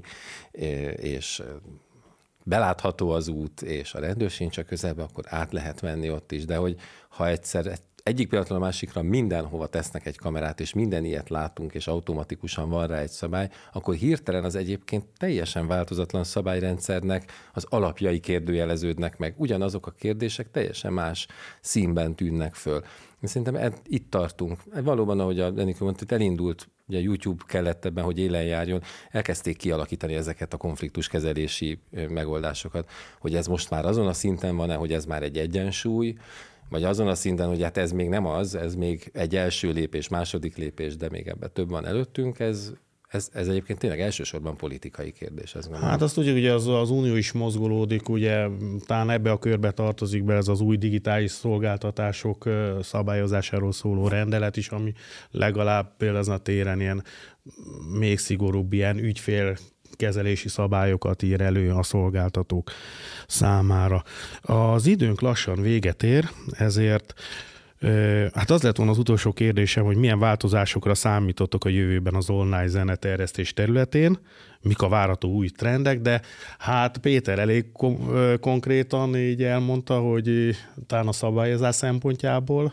és belátható az út, és a rendőrség csak közelbe, akkor át lehet menni ott is, de hogy ha egyszer egyik pillanatról a másikra mindenhova tesznek egy kamerát, és minden ilyet látunk, és automatikusan van rá egy szabály, akkor hirtelen az egyébként teljesen változatlan szabályrendszernek az alapjai kérdőjeleződnek meg. Ugyanazok a kérdések teljesen más színben tűnnek föl. Én szerintem itt tartunk. Valóban, ahogy a Enikő mondta, elindult, ugye a YouTube kellett ebben, hogy élen járjon, elkezdték kialakítani ezeket a konfliktuskezelési megoldásokat, hogy ez most már azon a szinten van-e, hogy ez már egy egyensúly, vagy azon a szinten, hogy hát ez még nem az, ez még egy első lépés, második lépés, de még ebben több van előttünk, ez egyébként tényleg elsősorban politikai kérdés. Hát azt tudjuk, ugye az Unió is mozgolódik, ugye talán ebbe a körbe tartozik be ez az új digitális szolgáltatások szabályozásáról szóló rendelet is, ami legalább például ezen a téren ilyen még szigorúbb ilyen ügyfélkezelési szabályokat ír elő a szolgáltatók számára. Az időnk lassan véget ér, ezért hát az lett volna az utolsó kérdésem, hogy milyen változásokra számítottok a jövőben az online zeneterjesztés területén, mik a várható új trendek, de hát Péter elég konkrétan így elmondta, hogy talán a szabályozás szempontjából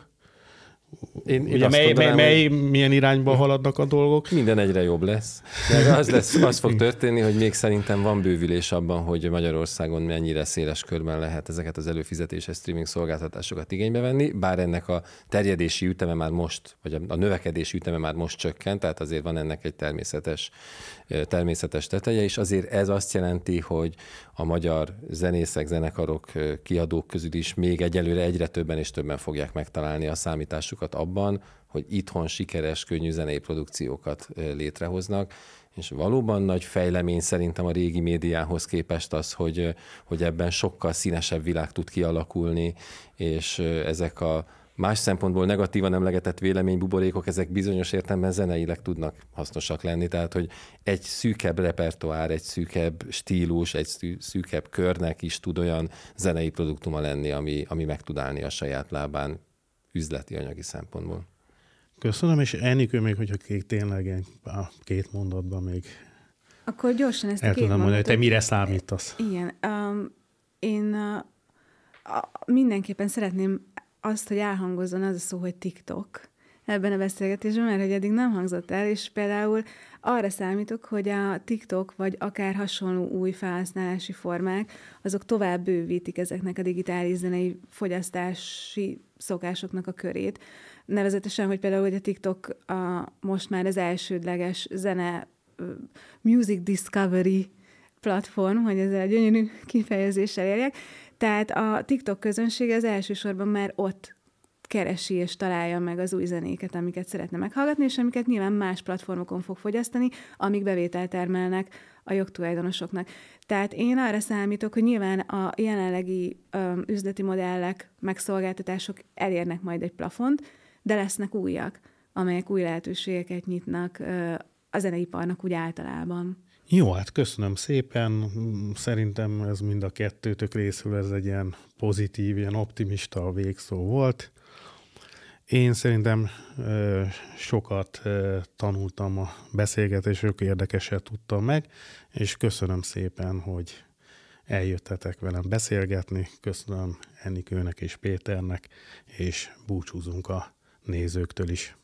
Ugye milyen irányba haladnak a dolgok? Minden egyre jobb lesz. De az fog történni, hogy még szerintem van bővülés abban, hogy Magyarországon mennyire széles körben lehet ezeket az előfizetéses streaming szolgáltatásokat igénybe venni, bár ennek a terjedési üteme már most, vagy a növekedési üteme már most csökkent, tehát azért van ennek egy természetes teteje, és azért ez azt jelenti, hogy a magyar zenészek, zenekarok, kiadók közül is még egyelőre egyre többen és többen fogják megtalálni a számításukat abban, hogy itthon sikeres, könnyű zenei produkciókat létrehoznak, és valóban nagy fejlemény szerintem a régi médiához képest az, hogy ebben sokkal színesebb világ tud kialakulni, és ezek a más szempontból negatívan emlegetett véleménybuborékok, ezek bizonyos értelemben zeneileg tudnak hasznosak lenni, tehát hogy egy szűkebb repertoár, egy szűkebb stílus, egy szűkebb körnek is tud olyan zenei produktuma lenni, ami meg tud állni a saját lábán üzleti, anyagi szempontból. Köszönöm, és Enikő még, hogyha tényleg két mondatban még akkor gyorsan ezt a két tudom mondani, hogy te mire számítasz? Igen. Én mindenképpen szeretném azt, hogy elhangozzon az a szó, hogy TikTok ebben a beszélgetésben, mert hogy eddig nem hangzott el, és például arra számítok, hogy a TikTok vagy akár hasonló új felhasználási formák, azok tovább bővítik ezeknek a digitális zenei fogyasztási szokásoknak a körét. Nevezetesen, hogy például hogy a TikTok most már az elsődleges zene music discovery platform, hogy ezzel gyönyörű kifejezéssel érjek. Tehát a TikTok közönség az elsősorban már ott keresi és találja meg az új zenéket, amiket szeretne meghallgatni, és amiket nyilván más platformokon fog fogyasztani, amik bevételt termelnek a jogtulajdonosoknak. Tehát én arra számítok, hogy nyilván a jelenlegi üzleti modellek, megszolgáltatások elérnek majd egy plafont, de lesznek újak, amelyek új lehetőségeket nyitnak a zeneiparnak úgy általában. Jó, hát köszönöm szépen. Szerintem ez mind a kettőtök részül ez egy ilyen pozitív, ilyen optimista végszó volt. Én szerintem sokat tanultam a beszélgetésről, érdekeset tudtam meg, és köszönöm szépen, hogy eljöttetek velem beszélgetni. Köszönöm Enikőnek és Péternek, és búcsúzunk a nézőktől is.